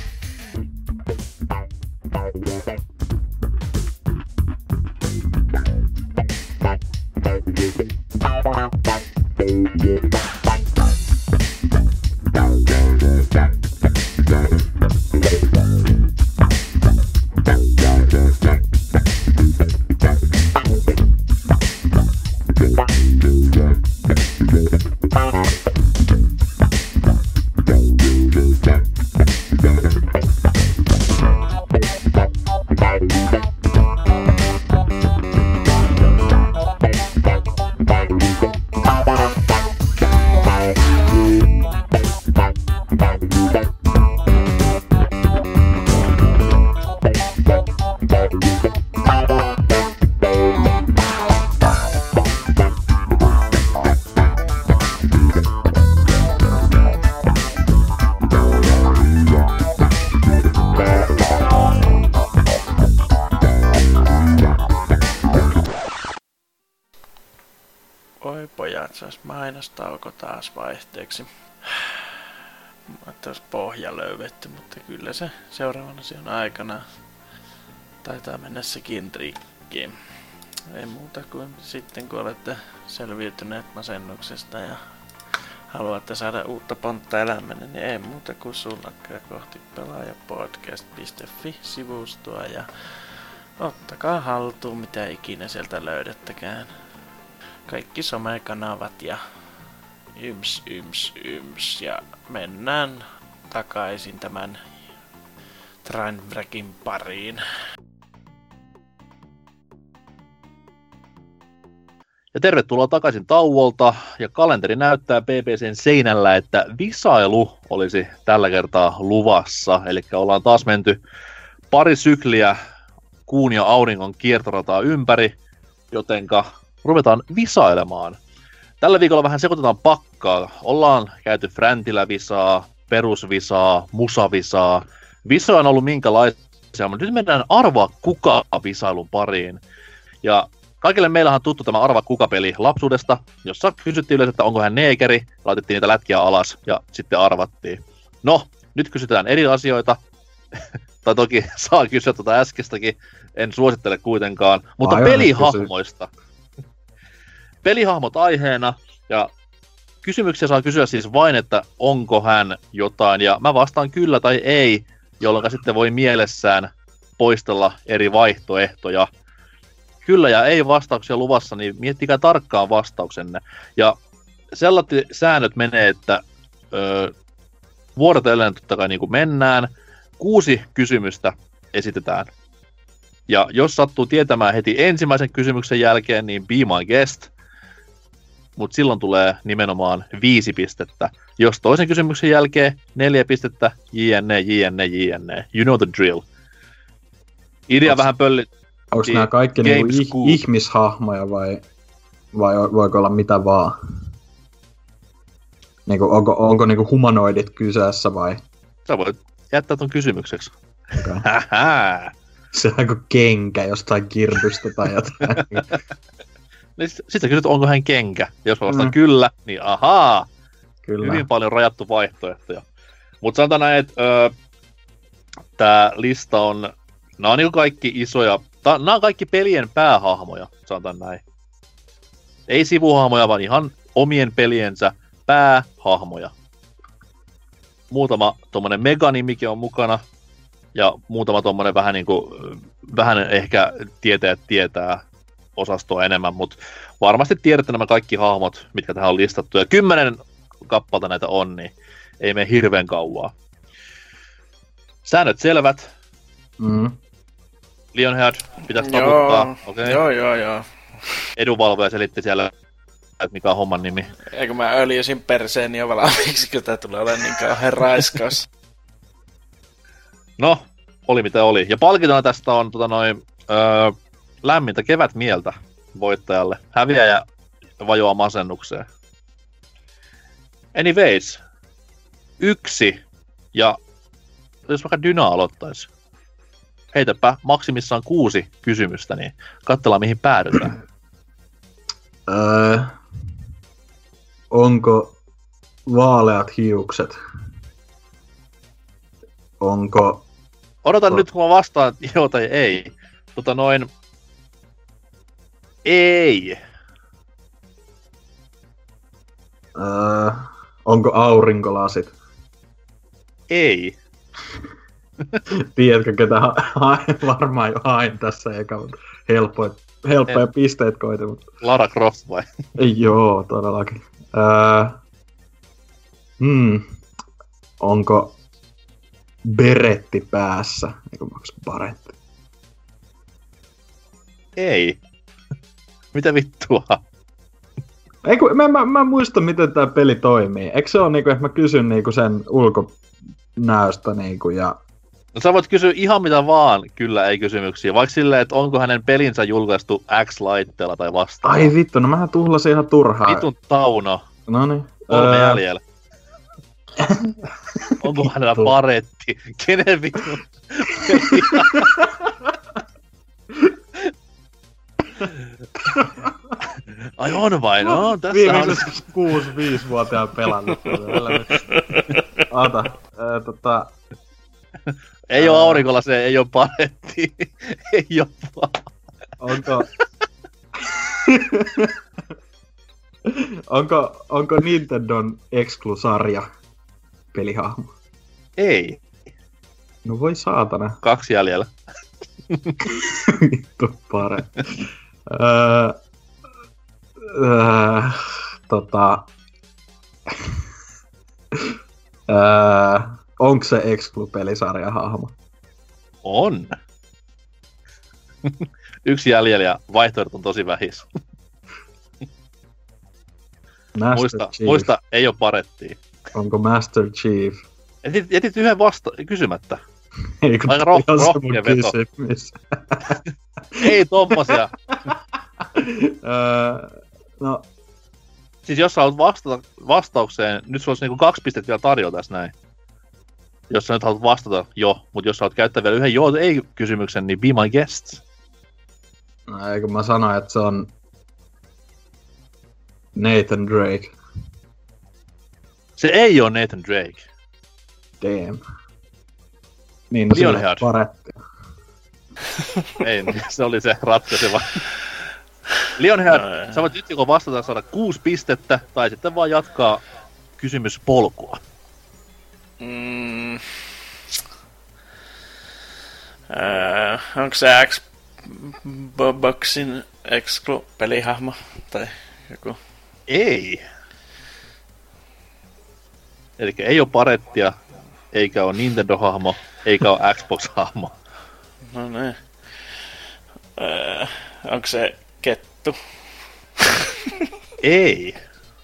Oi pojat, se olisi mainostauko taas vaihteeksi. Että olisi pohja löydetty, mutta kyllä se seuraavan asian aikana taitaa mennä sekin trikkiin. Ei muuta kuin sitten, kun olette selviytyneet masennuksesta ja haluatte saada uutta pontta elämänne, niin ei muuta kuin suunnakkaa kohti pelaajapodcast.fi-sivustoa ja ottakaa haltuun mitä ikinä sieltä löydättäkään. Kaikki somekanavat ja yms ja mennään takaisin tämän Trainwreckin pariin. Ja tervetuloa takaisin tauolta, ja kalenteri näyttää BBCn seinällä, että visailu olisi tällä kertaa luvassa, eli ollaan taas menty pari sykliä kuun ja auringon kiertorataa ympäri, jotenka ruvetaan visailemaan. Tällä viikolla vähän sekoitetaan pakkaa. Ollaan käyty Fräntilä-visaa, perusvisaa, musavisaa. Visoja on ollut minkälaisia, mutta nyt mennään arvaa kuka visailun pariin. Ja kaikille meillähän on tuttu tämä arvaa kuka-peli lapsuudesta, jossa kysyttiin yleensä, että onko hän neekeri, laitettiin niitä lätkiä alas ja sitten arvattiin. No, nyt kysytään eri asioita. Tai toki saa kysyä tuota äskeistäkin, en suosittele kuitenkaan, mutta pelihahmoista. Pelihahmot aiheena, ja kysymyksiä saa kysyä siis vain, että onko hän jotain, ja mä vastaan kyllä tai ei, jolloin sitten voi mielessään poistella eri vaihtoehtoja. Kyllä ja ei vastauksia luvassa, niin miettikää tarkkaan vastauksenne. Ja sellaiset säännöt menee, että vuorotellen totta kai niin kuin mennään, 6 kysymystä esitetään. Ja jos sattuu tietämään heti ensimmäisen kysymyksen jälkeen, niin be my guest. Mutta silloin tulee nimenomaan 5 pistettä. Jos toisen kysymyksen jälkeen 4 pistettä, jne. You know the drill. Idea vähän pölli. Onko nämä kaikki niinku ihmishahmoja vai voiko olla mitä vaan? Niinku, onko niinku humanoidit kyseessä vai? Sä voit jättää ton kysymykseksi. Okay. Se on kuin kenkä jostain kirdusta tai jotain. Niin sitten kysyt, onko hän kenkä. Jos mä vastaan kyllä, niin ahaa. Kyllä. Hyvin paljon rajattu vaihtoehtoja. Mutta sanotaan näin, että tää lista on... Nää on niinku kaikki isoja... Nää on kaikki pelien päähahmoja, sanotaan näin. Ei sivuhahmoja, vaan ihan omien peliensä päähahmoja. Muutama tommonen meganimikin on mukana. Ja muutama tommonen vähän niinku... Vähän ehkä tietää osastoa enemmän, mutta varmasti tiedätte nämä kaikki hahmot, mitkä tähän on listattu. Ja 10 kappalta näitä on, niin ei mene hirveän kauaa. Säännöt selvät. Lionhead, pitäisi taputtaa. Okay. Joo. Edunvalvoja selitti siellä, että mikä on homman nimi. Eikö mä öljysin perseeni jo valmiiksi, kun tää tulee olemaan niin kauhean raiskaus. No, oli mitä oli. Ja palkintona tästä on lämmintä kevätmieltä voittajalle. Häviäjä vajoaa masennukseen. Anyways. 1. Ja jos vaikka Dyna aloittaisi. Heitäpä maksimissaan 6 kysymystä, niin katsellaan mihin päädytään. Onko vaaleat hiukset? Onko... Odotan nyt, kun mä vastaan joo tai ei. Ei. Onko aurinkolasit? Ei. Tiedätkö, ketä varmaan jo hain tässä eka, mutta helppoja pisteet koitin. Mutta... Lara Croft vai? Joo, todellakin. Onko beretti päässä? Eikö maksa baretti? Ei. Mitä vittua? Eiku, mä muista, miten tää peli toimii. Eikö se ole niinku, että mä kysyn niinku sen ulkonäöstä niinku ja... No sä voit kysyä ihan mitä vaan, kyllä ei kysymyksiä. Vaikka silleen, että onko hänen pelinsä julkaistu X-laitteella tai vastaavaa. Ai vittu, no mähän tuhlasin ihan turhaan. Vitun Tauno. Noniin. 3 jäljellä. Onko hänellä paretti? Kenen vittu? Ai on vai? No, tässä viimeiset 6-5-vuotiaan pelannut. Ota, ei oo aurinkolla se, ei oo paretti. Ei oo vaan. Onko Nintendon Exclu-sarja pelihahmo? Ei. No voi saatana. 2 jäljellä. Vittu pare. Onko se Exclu-pelisarja hahmo? On. 1 jäljellä ja vaihtoehdot on tosi vähis. Muista, ei oo parettia. Onko Master Chief? Jätit yhden kysymättä. Ei kun aika rohkea veto. Kysymys. Ei tommosia. No. Siis jos sä haluat vastata vastaukseen, nyt sulla olisi niinku 2 pistettä vielä tarjolla tässä näin. Jos sä nyt haluat vastata jo, mutta jos sä haluat käyttää vielä yhden joo ei kysymyksen, niin be my guest. No eikö mä sanoin, että se on Nathan Drake. Se ei oo Nathan Drake. Damn. Niin, no Lionhead. Paretti. Ei, se oli se ratkaiseva. Lionhead, sä voit nyt joko vastata saada 6 pistettä, tai sitten vaan jatkaa kysymyspolkua. Onko se Xboxin Exclu-pelihahmo? Tai joku? Ei. Elikkä ei oo parettia, eikä oo Nintendo-hahmo, eikä oo Xbox-hahmo. No niin. Onko se kettu? Ei.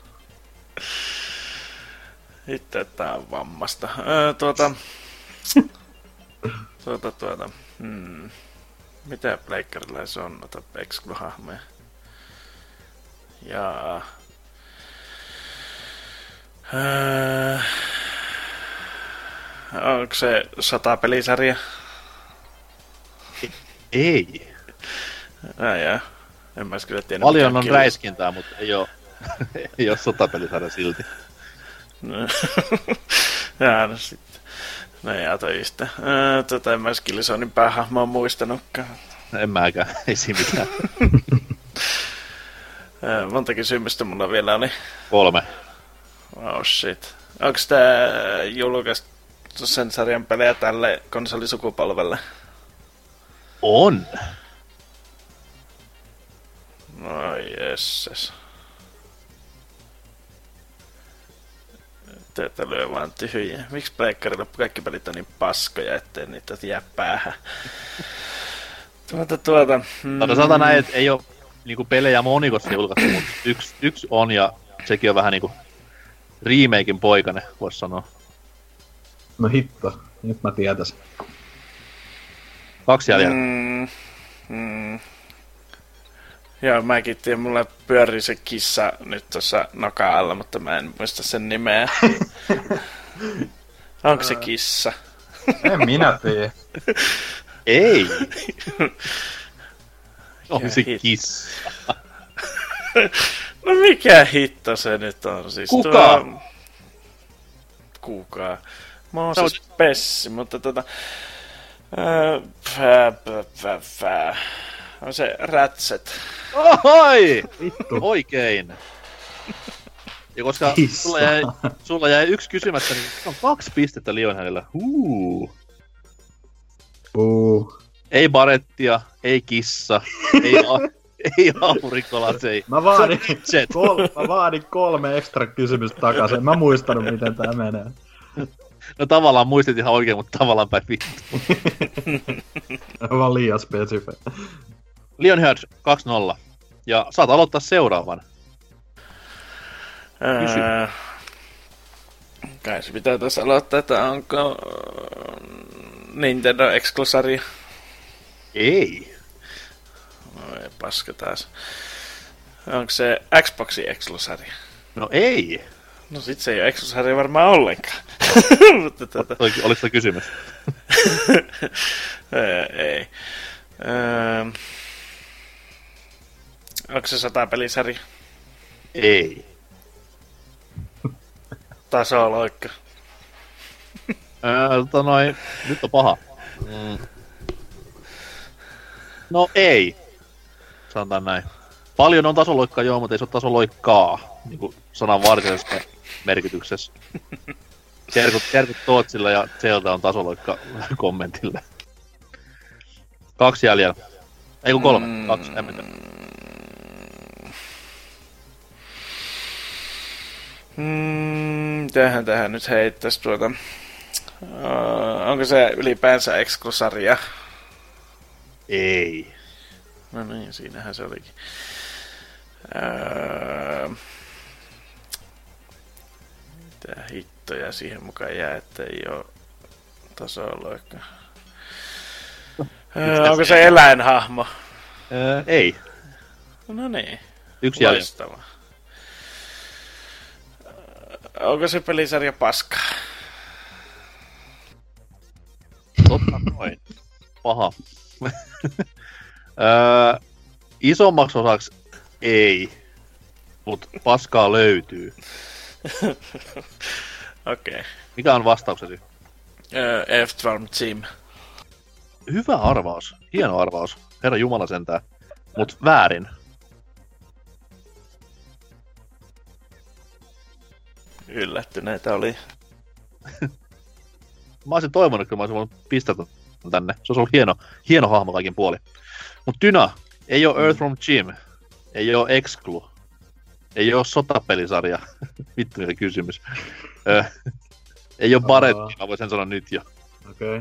Sitten tää on vammasta. Mitä pleikkarilla se on noita exclu-hahmoja? Jaa. Onko se sotapelisarja? Ei. Jaa. En mä kyllä tiedä. Paljon on räiskintää, mutta ei oo sotapelisarja silti. Jaa, no sitten. No jaa, toi sitä. En mä Skillzonein päähahmoa muistanutkaan. En mäkään, ei siinä mitään. Monta kysymystä mulla vielä oli. 3. Oh shit. Onks tää julkaistu sen sarjan pelejä tälle konsolisukupolvelle? On. No jesses. Teitä lyö vaan tyhjiä. Miksi pleikkarilla kaikki pelit on niin paskoja, ettei niitä jää päähän? Sanotaan näin, että ei oo niinku pelejä monikossa julkaistu, mutta yksi on ja sekin on vähän niinku remaken poikane, vois sanoa. No hitto, nyt mä tietäisin. 2 jäljellä. Joo, mäkin tiedän, mulla pyörii se kissa nyt tuossa nokan alla, mutta mä en muista sen nimeä. Onko se kissa? En minä tiedä. Ei! On se kissa. No mikä hitto se nyt on siis? Kuka? Kuka? Mä oon siis Pessi, mutta on se Ratchet. Ohoi! Vittu. Oikein. Ja koska sulla jäi yksi kysymättä, niin on 2 pistettä Lionheadillä. Ei barettia, ei kissa, ei aurinkolasei. Mä vaadin 3 ekstra kysymystä takaisin. Mä muistanut, miten tää menee. No tavallaan muistit ihan oikein, mutta tavallaan päin vittu. Vaan liian spesife. Lionhead 2-0. Ja saat aloittaa seuraavan. Kai se pitää tässä aloittaa, että onko Nintendo Exclusari? Ei. No ei paska taas. Onko se Xboxin Exclusari? No ei. No sit se ei ole Exclusari varmaan ollenkaan. Oliko se kysymys? Ei. Onko se sotapelisarja? Ei. Tasoloikka. Nyt on paha. No ei. Sanotaan näin. Paljon on tasoloikkaa joo, mutta ei se ole tasoloikkaa. Niinku sanan varsinaisessa merkityksessä. Terkut Tootsilla ja Zelda on tasoloikka kommentille. 2 jäljellä. Ei kun 3. 2, en mitään. Tähän nyt heittäis onko se ylipäänsä Exclusarja? Ei. No niin, siinähän se olikin. Mitä hittoja siihen mukaan jää, että ei oo tasoloikka. Onko se eläinhahmo? Ei. No niin. 1 jäljellä. Onko se pelisarja paskaa? Totta noin. Paha. Isommaksi osaksi ei, mut paskaa löytyy. Okei. Mikä on vastauksesi? F-Farm Team. Hyvä arvaus. Hieno arvaus. Herra Jumala sentään. Mut väärin. Yllättyneitä oli. Mä olisin toivonut, että mä olisin voinut pistää tänne. Se olisi ollut hieno hahmo kaikin puoli. Mut Dyna, ei oo Earthworm Jim. Ei oo Exclu. Ei oo sotapelisarja. Vittu mikä kysymys. Ei oo Baretti, mä voin sen sanoa nyt jo. Okei.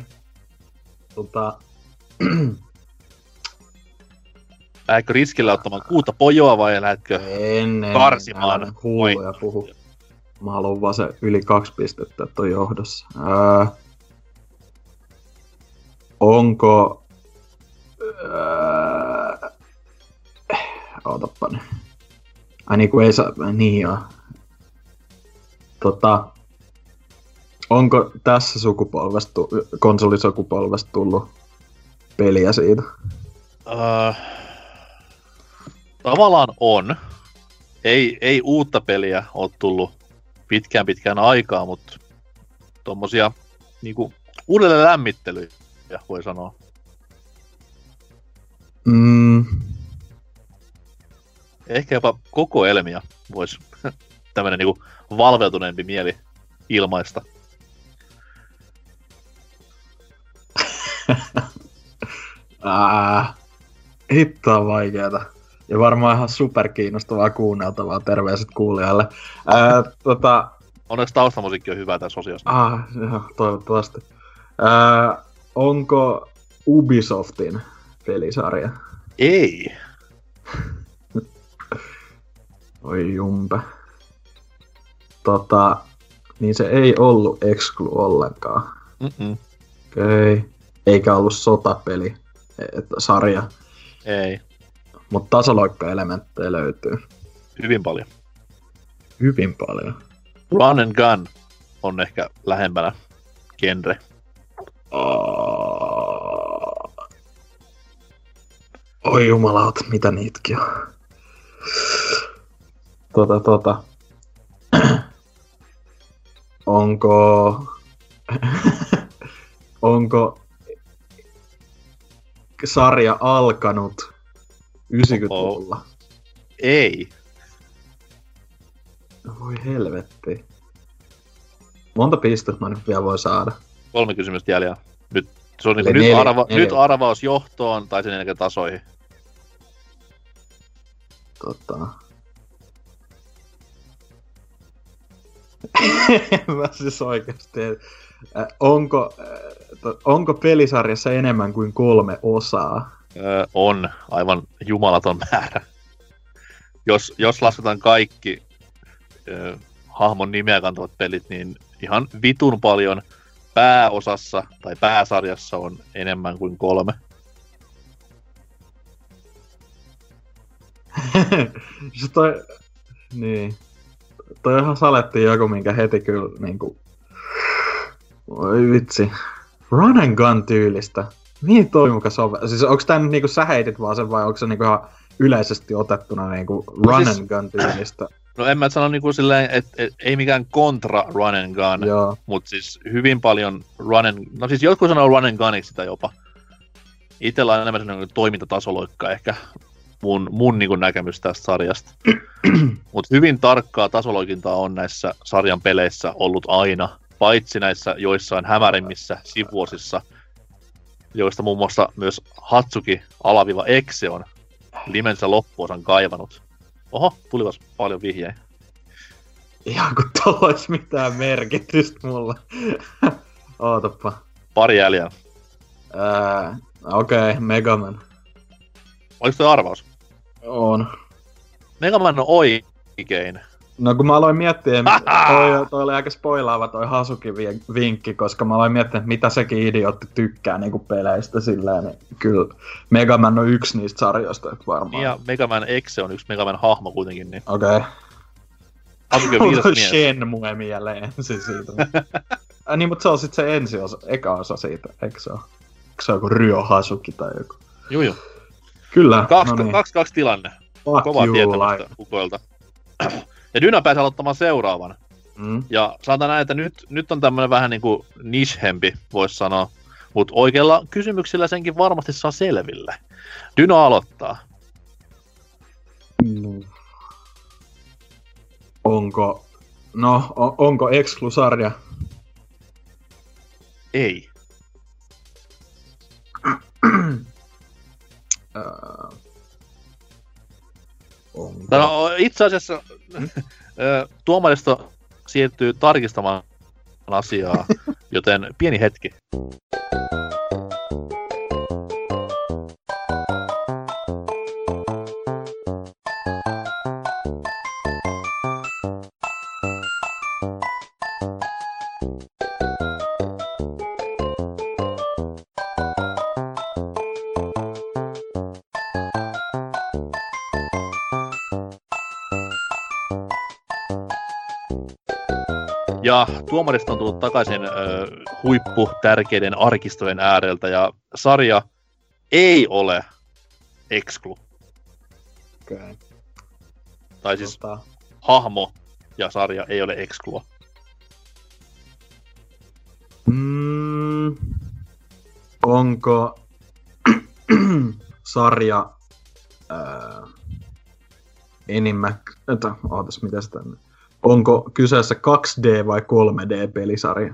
Lähdetkö riskillä ottamaan kuuta pojoa vai lähdetkö karsimaan? Hulluja puhu. Mä haluan vaan se yli 2 pistettä, että on johdossa. Onko Ootappa nyt. Ai niin kuin ei saa... Niin joo. Onko tässä konsolisukupolvesta tullut peliä siitä? Tavallaan on. Ei uutta peliä ole tullut pitkään aikaa, mutta tommosia niinku uudelleen lämmittelyjä voi sanoa. Ehkä jopa koko Elmia voisi tämmönen niinku valveutuneempi mieli ilmaista. Hitto on vaikeeta. Ja varmaan ihan superkiinnostavaa kuunneltavaa. Terveiset kuulijalle. Onneksi taustamusiikki on hyvä tässä osiossa. Joo, toivottavasti. Onko Ubisoftin pelisarja? Ei. Oi jumpe. Niin se ei ollut exclu ollenkaan. Okei. Eikä ollut sotapeli, sarja. Ei. Mutta tasoloikka-elementtejä löytyy. Hyvin paljon. Hyvin paljon. Run and gun on ehkä lähempänä genre. Oi jumalauta, mitä niitäkin on. Onko sarja alkanut 90-luvulla? Ei. Voi helvetti. Monta pistettä mä nyt vielä voi saada? 3 kysymystä jäljellä. Nyt, se on nyt arvaus johtoon tai sen jälkeen tasoihin. Mä siis oikeesti... Onko pelisarjassa enemmän kuin 3 osaa? On aivan jumalaton määrä. Jos lasketaan kaikki hahmon nimeä kantavat pelit, niin ihan vitun paljon pääosassa tai pääsarjassa on enemmän kuin 3. Se niin. Toi ihan salettiin joku, minkä heti kyllä niinku... Oi vitsi. Run and gun tyylistä. Mihin toi muka siis onks tää nyt niinku sä heitit vaan sen vai onko se niinku ihan yleisesti otettuna niinku run and gun tyylistä? No en mä sano niinku silleen, että ei mikään kontra run and gun, mut siis hyvin paljon no siis jotkut sanoo run and guniksi sitä jopa. Itellä on enemmän sellainen toimintatasoloikka ehkä mun niinku näkemys tästä sarjasta. Mut hyvin tarkkaa tasoloikintaa on näissä sarjan peleissä ollut aina, paitsi näissä joissain hämärimmissä sivuosissa, joista muun muassa myös Hatsuki-Exe on limensä loppuosan kaivanut. Oho, tulipas paljon vihjeä. Ihan kun tuolla olisi mitään merkitystä mulla. Ootappa. Pari jäljellä. Okei, Megaman. Oliko toi arvaus? On. Megaman on oikein. No kun mä aloin miettiä, toi oli aika spoilaava toi Hasuki-vinkki, koska mä aloin miettiä, että mitä sekin idiootti tykkää niinku peleistä silleen, niin kyllä Megaman on yksi niistä sarjoista, että varmaan. Ja Megaman Exe on yksi Megaman hahmo kuitenkin, niin. Okei. Hasuki on viisas mies. Shenmue mieleen ensin siitä. Niin, mutta se on sit se eka osa siitä, eikö se oo? Eikö se oo joku Ryo Hasuki tai joku? Juu. Kyllä, 2-2 tilanne. Kovaa tietämästä kukoilta. Ja Dyna pääsi aloittamaan seuraavan. Ja sanotaan näin, että nyt on tämmönen vähän niinku nishempi, vois sanoa. Mut oikeilla kysymyksillä senkin varmasti saa selville. Dyna aloittaa. Onko Exclu-sarja? Ei. No, itse asiassa tuomaristo siirtyy tarkistamaan asiaa, joten pieni hetki. Ja tuomarista on tullut takaisin huipputärkeiden arkistojen ääreltä, ja sarja ei ole exclu. Okay. Tai siis hahmo ja sarja ei ole exclua. Onko sarja mitäs tänne? Onko kyseessä 2D vai 3D-pelisarja?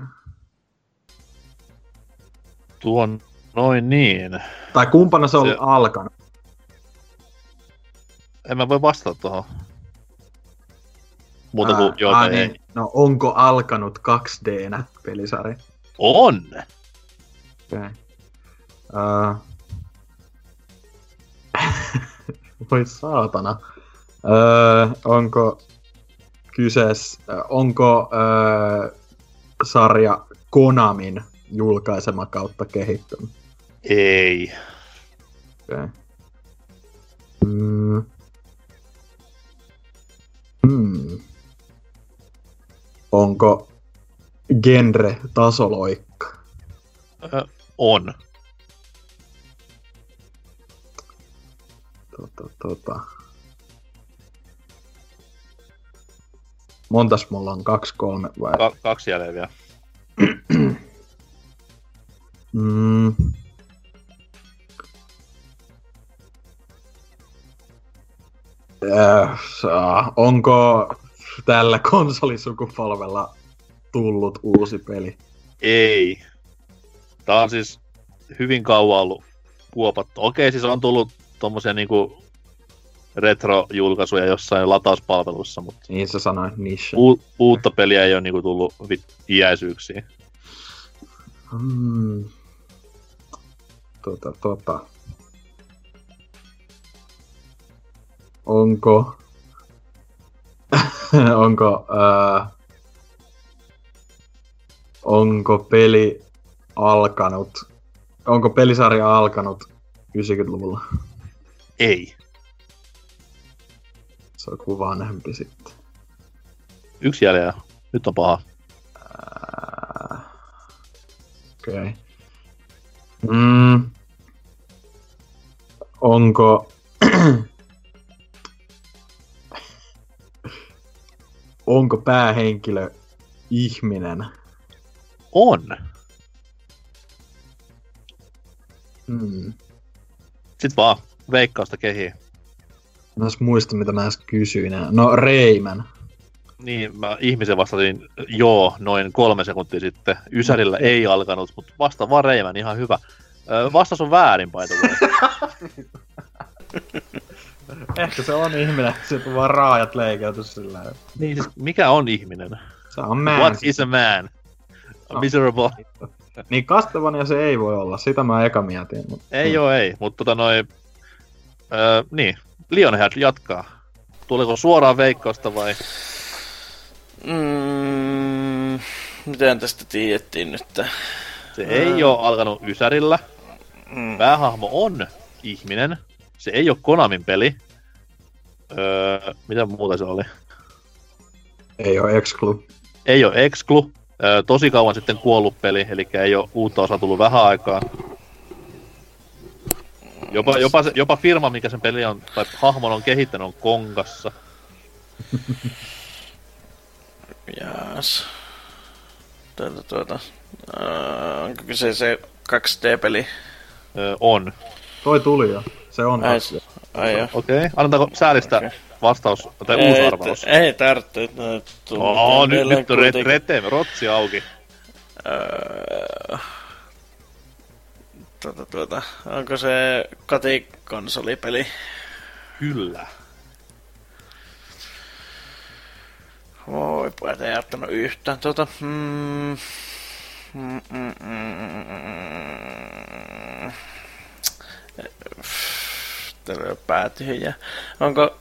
Tuon noin niin. Tai kumpana se on alkanut? En mä voi vastata tuohon. Muuta kuin niin. Ei. No onko alkanut 2D:nä pelisarja? On! Okay. Voi saatana. Onko kyseessä, onko sarja Konamin julkaisema kautta kehittynyt? Ei. Okay. Onko genre tasoloikka? On. Montas mulla on? 2, 3 vai? 2 jäljellä vielä. Onko tällä konsolisukupolvella tullut uusi peli? Ei. Tää on siis hyvin kauan ollut kuopattu. Okei, siis on tullut tommosia niinku retro-julkaisuja jossain latauspalvelussa, mutta... Niin sä sanoit, niche. Uutta peliä ei oo niinku tullut iäisyyksiin. Onko... onko peli alkanut... Onko pelisarja alkanut 90-luvulla? Ei. Se on kuin vanhempi sitten. 1 jäljellä. Nyt on paha. Okei. Onko... Onko päähenkilö ihminen? On. Sitten vaan veikkausta kehiin. Mä en muista, mitä mä äsken kysyin. No, Rayman. Niin, mä ihmisen vastasin joo noin 3 sekuntia sitten. Ysärillä ei alkanut, mutta vasta vaan Rayman, ihan hyvä. Vastaus on väärin, by the way. Ehkä se on ihminen, sieltä on vaan raajat leikeyty sillä. Niin, siis mikä on ihminen? Se on man. What is a man? A miserable. Niin Castlevania se ei voi olla, sitä mä eka mietin. Mutta... Ei, mutta niin, Lionhead jatkaa. Tuliko suoraan veikkausta vai? Miten tästä tiedettiin nyt? Se ei oo alkanut Ysärillä. Päähahmo on ihminen. Se ei oo Konamin peli. Mitä muuta se oli? Ei oo exclu. Ei oo exclu. Tosi kauan sitten kuollut peli, eli ei oo uutta osaa tullut vähän aikaa. Jopa firma, mikä sen peli on, tai hahmon on kehittänyt, on Kongassa. Jaas. Onko kyse se 2D-peli? On. Toi tuli jo. Se on. Ai joo. Okei. Annetaanko säälistä vastaus, tai uusi arvaus? Ei tarvitse. Nyt on rotsi auki. Onko se kotikonsolipeli? Kyllä. Voi pojat, ei ottanut yhtään. Täällä on pää tyhjä. Onko...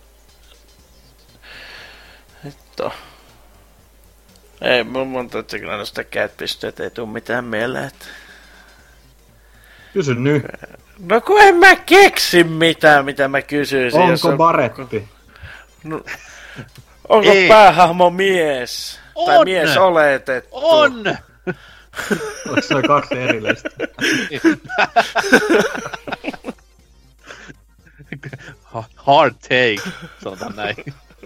Hitto. Ei, mun monta kyllä noista catpisteet ei tuu mitään mieleen. Kysy nyt. No kun en mä keksi mitään, mitä mä kysyisin. Onko Baretti? No, onko päähahmo mies? Tai mies oletettu. On! Onko se 2 erillistä? Hard take, sanotaan näin.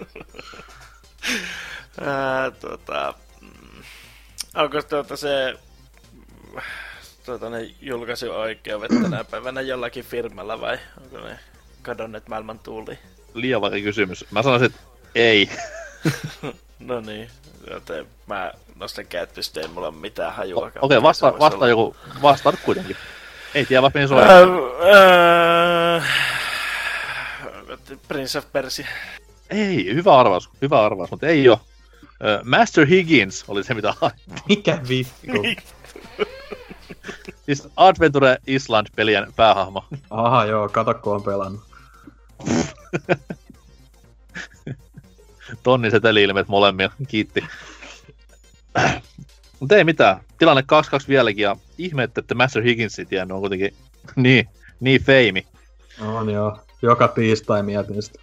Onko se ne julkaisuoikeudet tänä päivänä jollakin firmalla vai onko ne kadonneet maailman tuuliin? Liian vaikea kysymys. Mä sanoisin, että ei. No niin, joten mä nostan kädet pystyyn, ei mulla ole mitään hajua. Okei, vastaa joku, vastaa kuitenkin. Ei tiedä, vaikka meni Prince of Persia. Ei, hyvä arvaus, mutta ei oo. Master Higgins oli se, mitä haettiin. Mikä vittu? Siis Adventure Island-pelien päähahmo. Aha, joo, kato kun on pelannut. Tonnin seteli-ilmeet molemmia, kiitti. Mut ei mitään, tilanne 2-2 vieläkin, ja ihme, että Master Higginsin tiennyt on kuitenkin niin feimi. On joo, joka tiistai mietin sitä.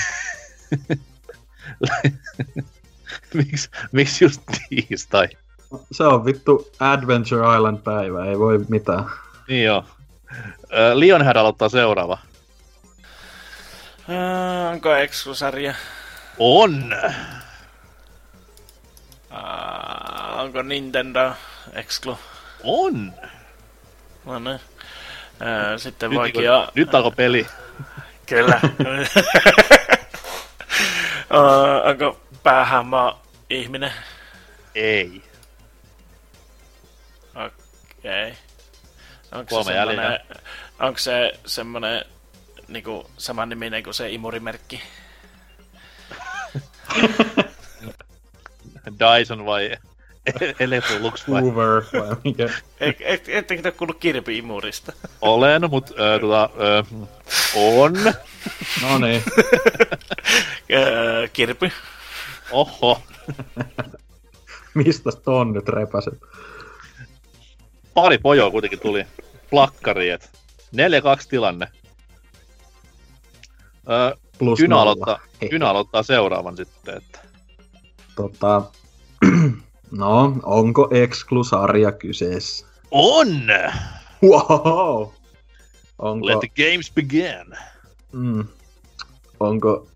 Miksi just tiistai? Se on vittu Adventure Island päivä, ei voi mitään. Niin joo. Lionhead aloittaa seuraava. Onko Exclu-sarja? On! Onko Nintendo Exclu? On! No niin. Sitten voikin jo... Nyt alkoi peli. Kyllä. Onko päähahmo ihminen? Ei. Okei. Onko se semmonen niinku saman niminen kuin se imurimerkki? Dyson vai Electrolux vai? Hoover vai mikä? Ettekö te kuullut Kirby-imurista? Olen, mut on. No niin. Kirby. Oho. Mistäs ton nyt repäset? Pari pojoa kuitenkin tuli. Plakkari, et 4-2 tilanne. Kynä aloittaa seuraavan sitten, että... No, onko Exclu-sarja kyseessä? On! Wow! Onko... Let the games begin! Onko...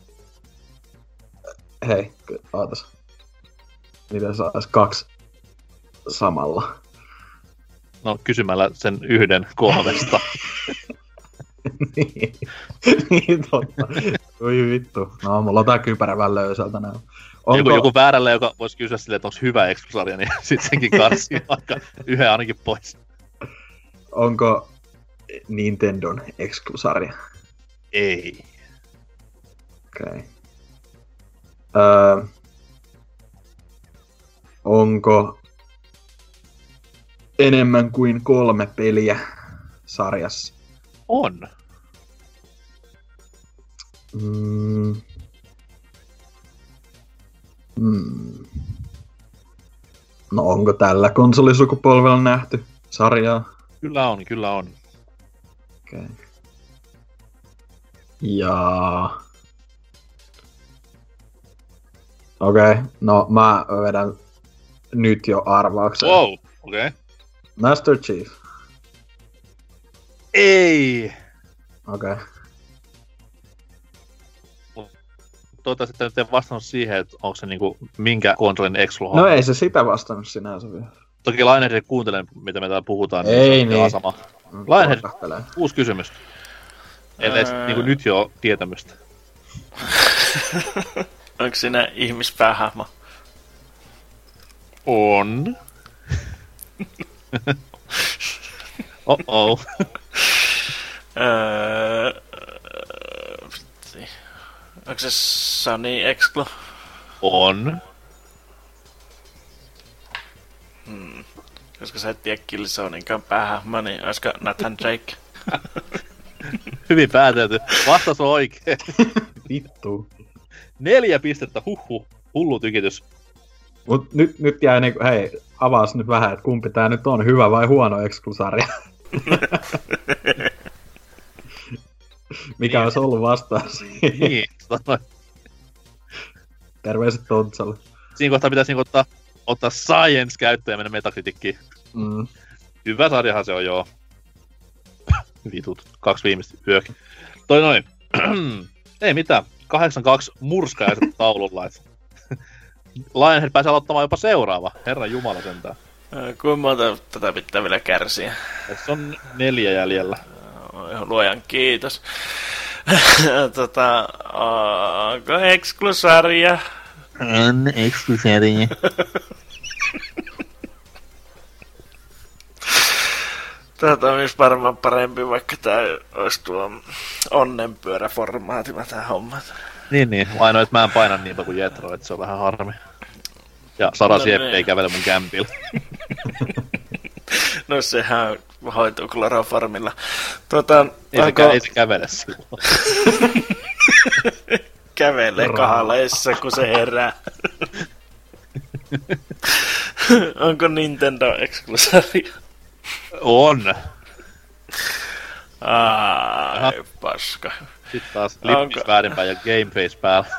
Hei, ootas. Miten sais 2 samalla? No, kysymällä sen yhden 3. niin totta. Oi vittu. No, mulla on tää kypärä vähän löysältä näin. Joku väärällä, joka voisi kysyä silleen, että onko hyvä Exclu-sarja, niin sit senkin karsii vaikka yhden ainakin pois. Onko Nintendon Exclu-sarja? Ei. Okei. Onko enemmän kuin 3 peliä sarjassa? On. No onko tällä konsolisukupolvella nähty sarjaa? Kyllä on. Okei. Ja... Okei, no mä vedän nyt jo arvauksen. Wow, okei. Master Chief. Ei! Okei. Toivottavasti nyt ei vastannut siihen, että onko se niinku minkä konsolin Exclu. No ei se sitä vastannut sinänsä vielä. Toki Lionhead kuuntelen, mitä me täällä puhutaan. Ei niin. niin. Sama. Lionhead, 6 kysymys. Ellei niinku nyt jo ole tietämystä. Onko siinä ihmispäähahmo? On. Oh. Onko se Sony Exclu? On. Koska sä et tiedä Killzone'inkaan päähahmo, niin olisiko Nathan Drake? Hyvin päätelty. Vastaus on oikein. Vittu. 4 pistettä, hullu tykitys. Mut nyt jää niinku, hei, avaas nyt vähän, että kumpi tää nyt on, hyvä vai huono Exclu-sarja. Mikä olisi ollut vastaus? Niin, Terveiset Tontsalle. Siinä kohtaa pitäisi niinku ottaa science käyttöön ja mennä Metacritickiin. Hyvä sarjahan se on, joo. Vitut, 2 viimeistä yökin. Noin. Ei mitään. 8-2 murskaiset taululla. Lionhead pääsee aloittamaan jopa seuraava. Herran jumala sentään. Kuinka monta tätä pitää vielä kärsiä? Tässä on 4 jäljellä. Luojan kiitos. Onko Exclu-sarja? On Exclu-sarja. Tätä olisi varmaan parempi, vaikka tää olisi tuo onnenpyöräformaatima tää homma. Niin. Ainoa, että mä en paina niinpä kuin Jetro, että se on vähän harmi. Ja Sara Sieppe ei kävele mun kämpillä. No sehän hoituu kloroformilla. Ei se kävele silloin. Kävelee kahaleissa, kun se herää. Onko Nintendo Exclu-sarja? On. Ai, paska. Sitten taas lippis väärinpäin ja gameface päällä.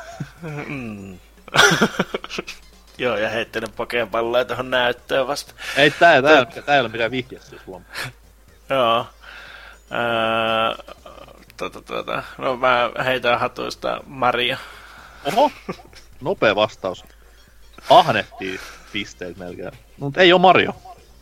Joo, ja heittänyt pokepalloja tuohon näyttöön vasta. Ei, tää ei ole mikään vihje siis huomaa. Joo. No mä heitän hatuista Mario. Oho, nopea vastaus. Ahnehtii pisteet melkein. Mut ei oo Mario.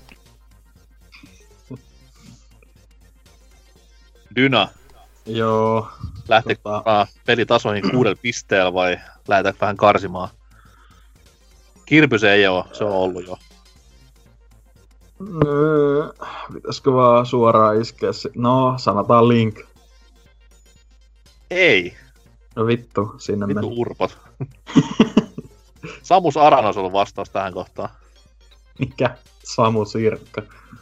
Dyna. Joo. Lähti pelitasoihin 6 pisteellä vai lähdetäänkö vähän karsimaan? Kirpy se ei oo, se on ollut jo. Pitäisikö vaan suoraan iskeä se? No, sanotaan Link. Ei. No vittu, sinne vittu meni. urpot. Samus Aran olisi ollut vastaus tähän kohtaan. Mikä? Samu Sirkka.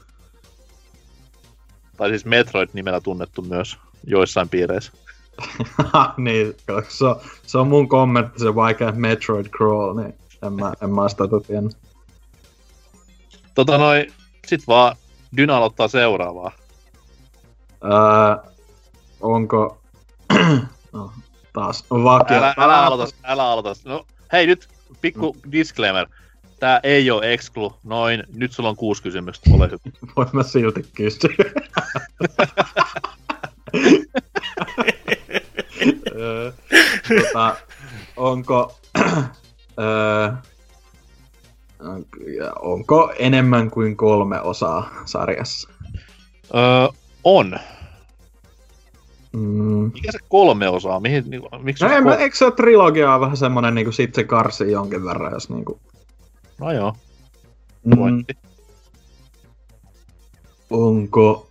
Tai siis Metroid nimellä tunnettu myös joissain piireissä. Niin, se on mun kommentti, se vaikea Metroid Crawl, niin en mä sitä tiennyt. Sit vaan Dyna aloittaa seuraavaa. Onko... no, taas vakio. Älä aloita. No, hei nyt pikku disclaimer. Tää ei oo Exclu. Noin, nyt sulla on 6 kysymystä, ole hyvä. Voin mä silti kysyä. Onko enemmän kuin 3 osaa sarjassa? On. Mikä se 3 osaa? Miksi eikö se trilogia on vähän semmonen niinku sit se karsii jonkin verran, jos niinku... No joo. Pointti. Onko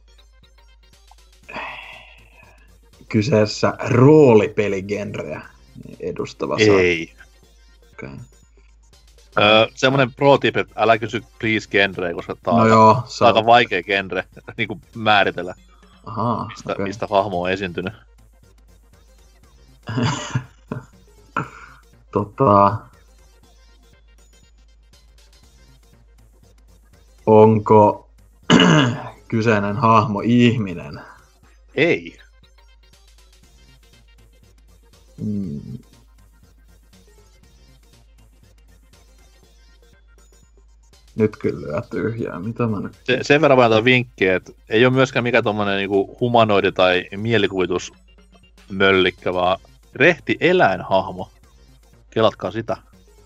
kyseessä roolipeligenreä edustava sarja? Ei. Okay. Semmonen pro-tip, että älä kysy please genreä, koska tää on aika vaikea genre niinku määritellä. Ahaa, mistä hahmo on esiintynyt. Onko kyseinen hahmo ihminen? Ei. Nyt kyllä lyö tyhjää. Mitä mä nyt... Sen verran voi antaa vinkkiä, että ei ole myöskään mikään tommonen niinku humanoidi tai mielikuvitusmöllikkä, vaan rehti eläinhahmo. Kelatkaa sitä.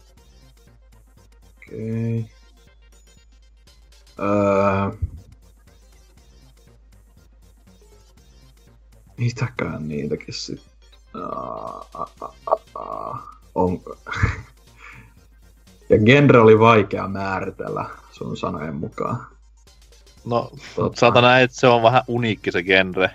Okei. Mitäkään niitäkin sit? Onko... Ja genre oli vaikea määritellä sun sanojen mukaan. No, sanotaan näin, että se on vähän uniikki se genre.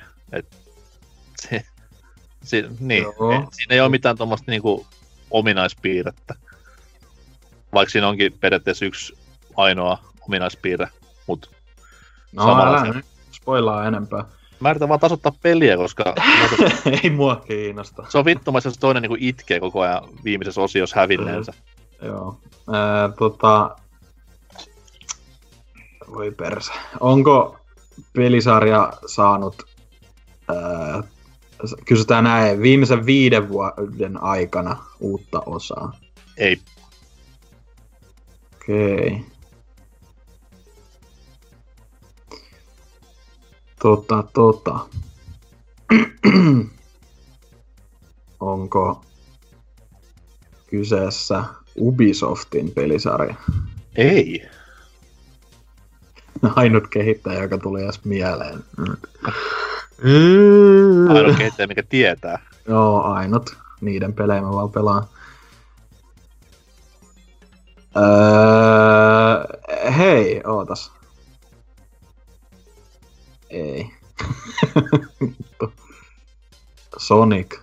Niin, siinä ei ole mitään tommoista niinku ominaispiirrettä. Vaikka siinä onkin periaatteessa yksi ainoa ominaispiirre, mut no älä nyt spoilaa enempää. Mä yritän vaan tasoittaa peliä, koska... ei mua kiinnosta. Se on vittumaisesti se toinen niinku itkee koko ajan viimeisessä osiossa hävinneensä. Joo. Voi perse. Onko pelisarja saanut, kysytään näin, viimeisen 5 vuoden aikana uutta osaa? Ei. Okei. Onko kyseessä Ubisoftin pelisarja? Ei. Ainut kehittäjä, joka tuli edes mieleen. Ainut kehittäjä, mikä tietää. Joo, ainut. Niiden pelejä mä vaan pelaan. Hei, ootas. Ei. Sonic.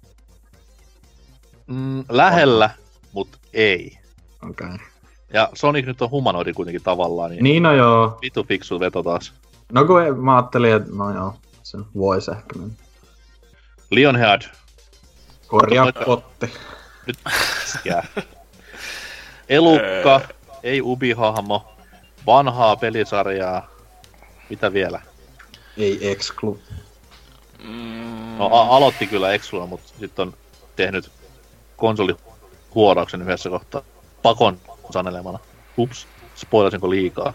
Lähellä, mut ei. Okei. Okay. Ja Sonic nyt on humanoidi kuitenkin tavallaan, Niin no joo. vitu fiksu veto taas. No kun mä ajattelin, että no joo, se voisi ehkä mennä. Lionhead. Korjaa potti. Nyt iskää. Elukka, ei Ubi-hahmo, vanhaa pelisarjaa. Mitä vielä? Ei Exclu. No aloitti kyllä Exclua, mutta sitten on tehnyt konsolihuorauksen yhdessä kohtaa pakon sanelemana. Ups, spoilasinko liikaa?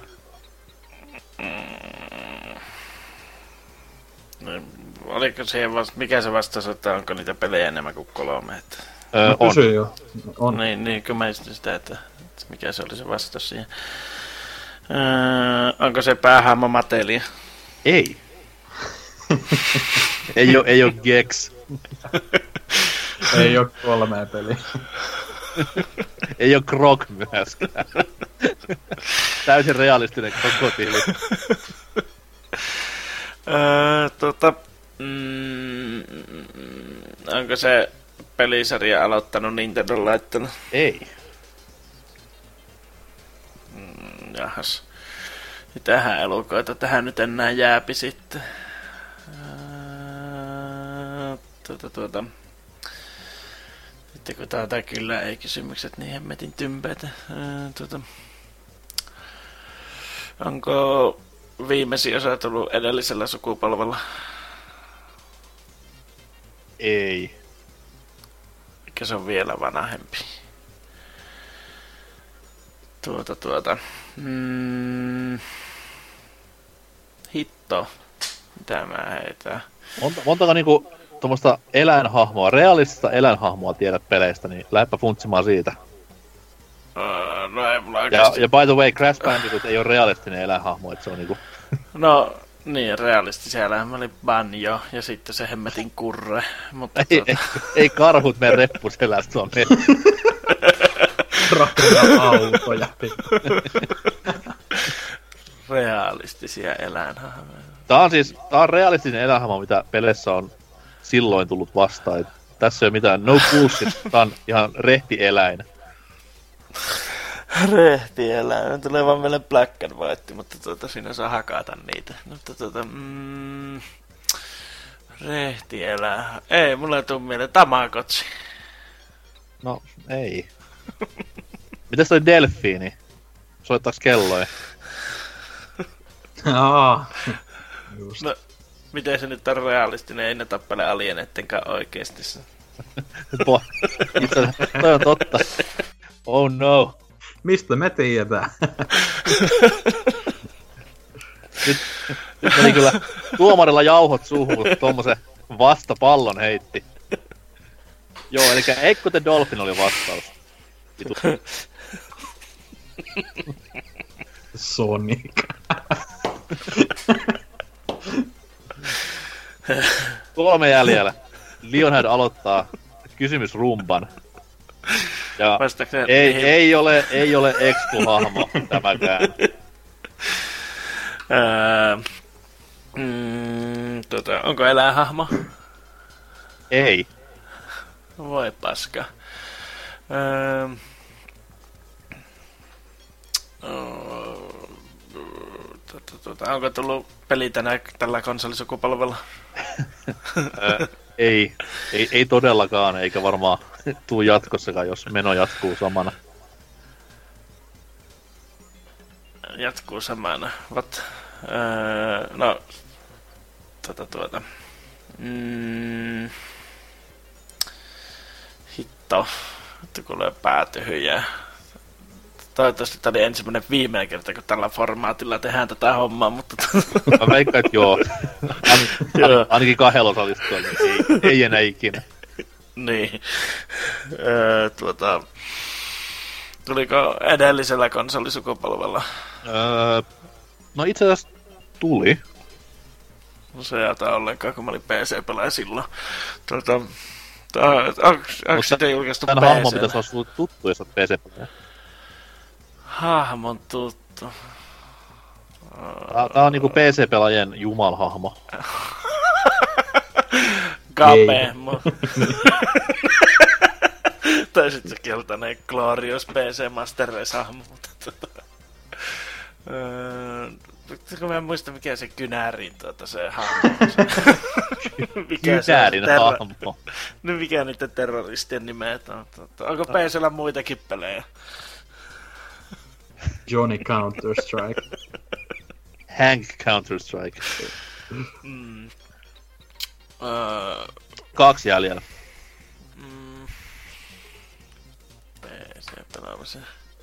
No, oliko siihen mikä se vastaus, että onko niitä pelejä enemmän kuin 3? Että... No, kysyin jo. On. Niin, kyllä mä istin sitä, että mikä se oli se vastaus siihen. Onko se päähahmo Matelia? Ei. ei oo Gex. Ei oo 3 peliä. Ei oo Krog myöskään. Täysin realistinen krokotiili. Onko se pelisarja aloittanut Nintendo laittanut? Ei. Jahas. Mitähän elukoita tähän nyt enää jääpi sitten? Sitten kun täältä kyllä ei kysymykset niin hemmetin tympäitä. Onko viimeisin osa tullut edellisellä sukupolvella? Ei. Mikä se on vielä vanhempi? Hitto. Mitä mä heitän? Montako niinku tuommoista eläinhahmoa, realistista eläinhahmoa tiedät peleistä, niin lähdepä funtsimaan siitä. No ei mulla oikeesti. Ja by the way, Crash Bandicoot ei ole realistinen eläinhahmo, että se on niinku... No, niin, realistisia eläimä oli Banjo ja sitten se hemmetin kurre, mutta ei karhut mene reppuselästä tuonne. Autoja. realistisia eläinhahmoja. Tää on realistinen eläinhahmo, mitä peleissä on silloin tullut vastaan. Tässä ei ole mitään no bullshit, tää on ihan rehtieläin. Rehtieläin. Tulee vaan meille black and white, mutta siinä saa hakata niitä. Mutta rehtieläin. Ei, mulla ei tuu mieleen Tamagotchi. No, ei. Mitäs toi delfiini? Soittaaks kelloja? Just. No, miten se nyt on realistinen? Ei ne tappele alieneittenkään oikeesti. Itse toi on totta. Oh no. Mistä me tiedetään? nyt meni kyllä tuomarilla jauhot suuhun, kun tommosen vastapallon heitti. Joo, eli Echo the Dolphin oli vastaus. Sonic. 3 jäljellä. Lionhead aloittaa kysymysrumban. Ja ei ole Exclu-hahmo tämäkään. Onko eläinhahmo? Ei. Voi paska. Onko tullut peli tällä konsolisukupolvella? Ei todellakaan, eikä varmaan tuu jatkossakaan, jos meno jatkuu samana. Jatkuu samana. What? No, hitto. Nyt kuulee pää tyhjää. Toivottavasti tämä oli ensimmäinen viimeinen kerta, kun tällä formaatilla tehdään tätä hommaa, mutta... Mä veikkaan, että joo. Ainakin 2 osallistujalla, niin ei enää ikinä. Niin. Tuliko edellisellä konsolisukupolvella? No itse asiassa tuli. No se ei ota ollenkaan, kun mä olin PC-pelaaja silloin. Onko sitä julkaistu PC? Tämän hahmon pitäisi olla sulle tuttu, jos olet PC-pelaaja. Hahmon tuttu. Tää on niinku PC-pelaajien jumalhahmo. Kapemo. Tai sit se keltainen Glorious PC Master Race-hahmo. Kun mä en muista mikä se Kynäärin se hahmo. Kynäärin hahmo. No mikä niiden terroristien nimet on? Onko PC:llä muitakin pelejä? Johnny Counter-Strike. Hank Counter-Strike. 2 jäljellä. PC-pelaamisen.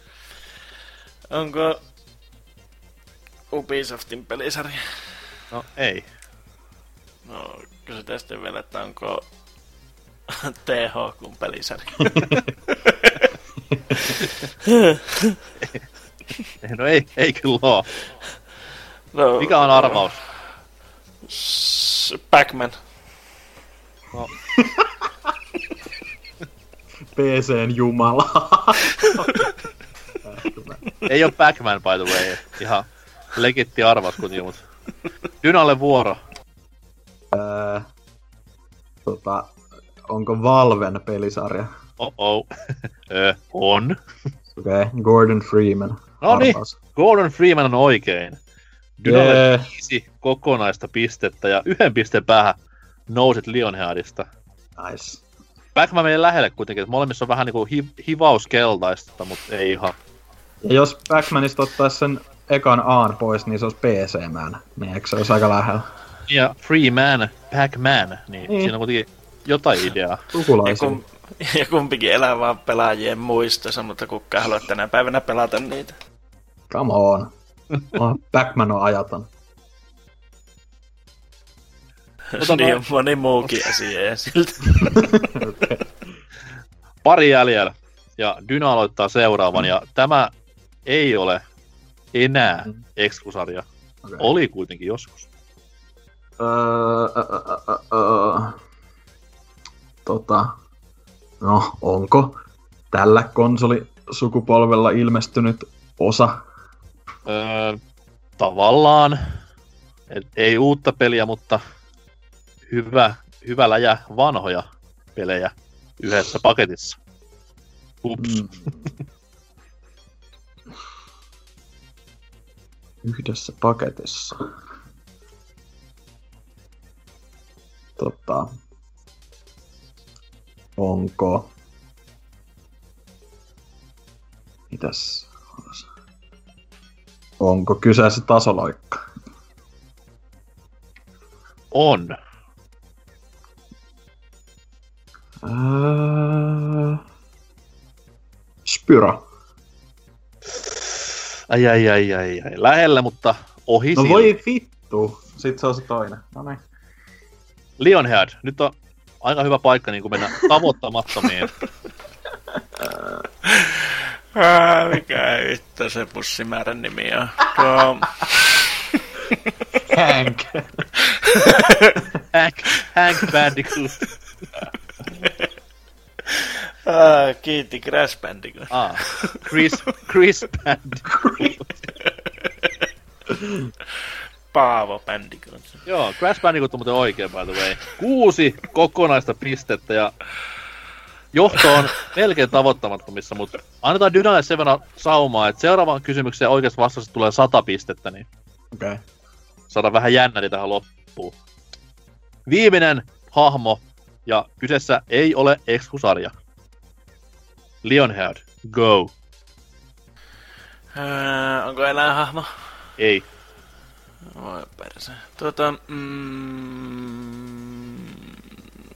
Onko Ubisoftin pelisarja? No ei. No kysytään sitten vielä, että onko THQ:n pelisarja? No ei kyllä oo. No, mikä on arvaus? Pac-Man. No. PC:n jumala. Ei oo Pac-Man by the way. Ihan legitti arvaus kuitenkin, mut Dynalle vuoro. Onko Valven pelisarja? On. Okei, Gordon Freeman. No niin, Gordon Freeman on oikein. Dynalle 5 kokonaista pistettä ja 1 pisteen päähän nousit Lionheadista. Nice. Pac-Man meni lähelle kuitenkin, että molemmissa on vähän niinku hivauskeltaista, mutta ei ihan. Ja jos Pac-Manista ottaisi sen ekan A:n pois, niin se olisi PC-man. Niin eikö se olisi aika lähellä? Ja Freeman, Pac-Man, niin siinä on kuitenkin jotain ideaa. Sukulaisia. Ja kumpikin elää vaan pelaajien muistossa, mutta kukaan haluaa tänä päivänä pelata niitä. Come on. Pac-Man on ajaton. Niin on moni muukin asia ja siltä. Okay. Pari jäljellä. Ja Dyna aloittaa seuraavan. Ja tämä ei ole enää Exclu-sarja. Okay. Oli kuitenkin joskus. No, onko tällä konsolisukupolvella ilmestynyt osa? Tavallaan. Ei uutta peliä, mutta hyvä läjä vanhoja pelejä yhdessä paketissa. Ups. Yhdessä paketissa. Onko? Mitäs? Onko kyseessä tasoloikka? On. Spyro. Ai. Lähellä, mutta ohi No silti. voi vittu. Sitten se on se toinen. No niin. Lionhead. Nyt on aika hyvä paikka niin kuin mennä tavoittamattomiin. Mikä vittu se pussimäärän nimi on? Hank. Hank Bandicoot. Kiitti Crash Bandicoot. Chris Bandicoot. Paavo Bandicoot. Joo, Crash Bandicoot on muuten oikein, by the way. 6 kokonaista pistettä ja johto on melkein tavoittamattomissa, mutta annetaan Dynalle sen verran saumaa, että seuraavaan kysymykseen oikeassa vastauksessa tulee 100 pistettä, niin Okay. saadaan vähän jännäri tähän loppuun. Viimeinen hahmo, ja kyseessä ei ole Exclu-sarja. Lionhead, go. Onko eläinhahmo? Ei. Voi perse.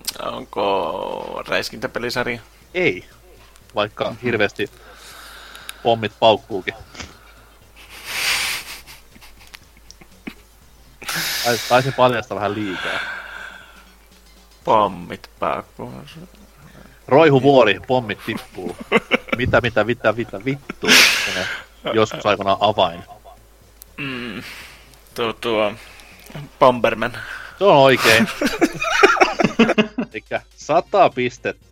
Onko räiskintäpelisarja? Ei. Vaikka hirveästi pommit paukkuukin. Taisin paljastaa vähän liikaa. Pommit paukkuu. Roihuvuori, pommit tippuu. Mitä vittu. Joskus aikanaan avain. Tuo Bomberman. Se on oikein. Elikkä 100 pistettä.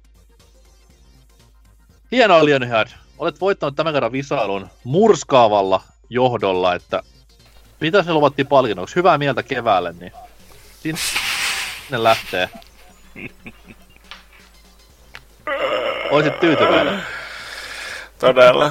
Hienoa, Lionheart. Olet voittanut tämän kerran visailun murskaavalla johdolla, että mitä se luvattiin palkinnoksi? Hyvää mieltä keväälle, niin sinne lähtee. Oisit tyytyväinen. Todella.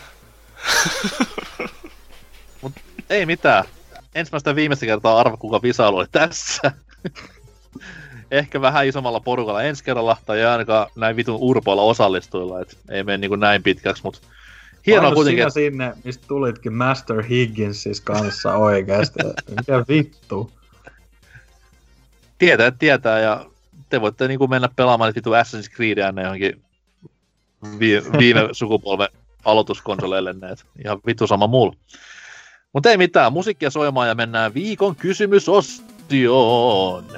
Mut ei mitään. Ensimmäistä viimeistä kertaa arva, kuka visailu oli tässä. Ehkä vähän isommalla porukalla ensi kerralla, tai ei ainakaan näin vitun urpoilla osallistujilla, et ei mene niinku näin pitkäksi, mut hienoa kuitenkin. Sinä sinne, mistä tulitkin Master Higginsis kanssa oikeesti. Mikä vittu? Tietää, ja te voitte niinku mennä pelaamaan vittu Assassin's Creedia ennen johonkin viime sukupolven aloituskonsoleille, et ihan vittu sama mulla. Mut ei mitään, musiikkia soimaan ja mennään viikon kysymysosioon.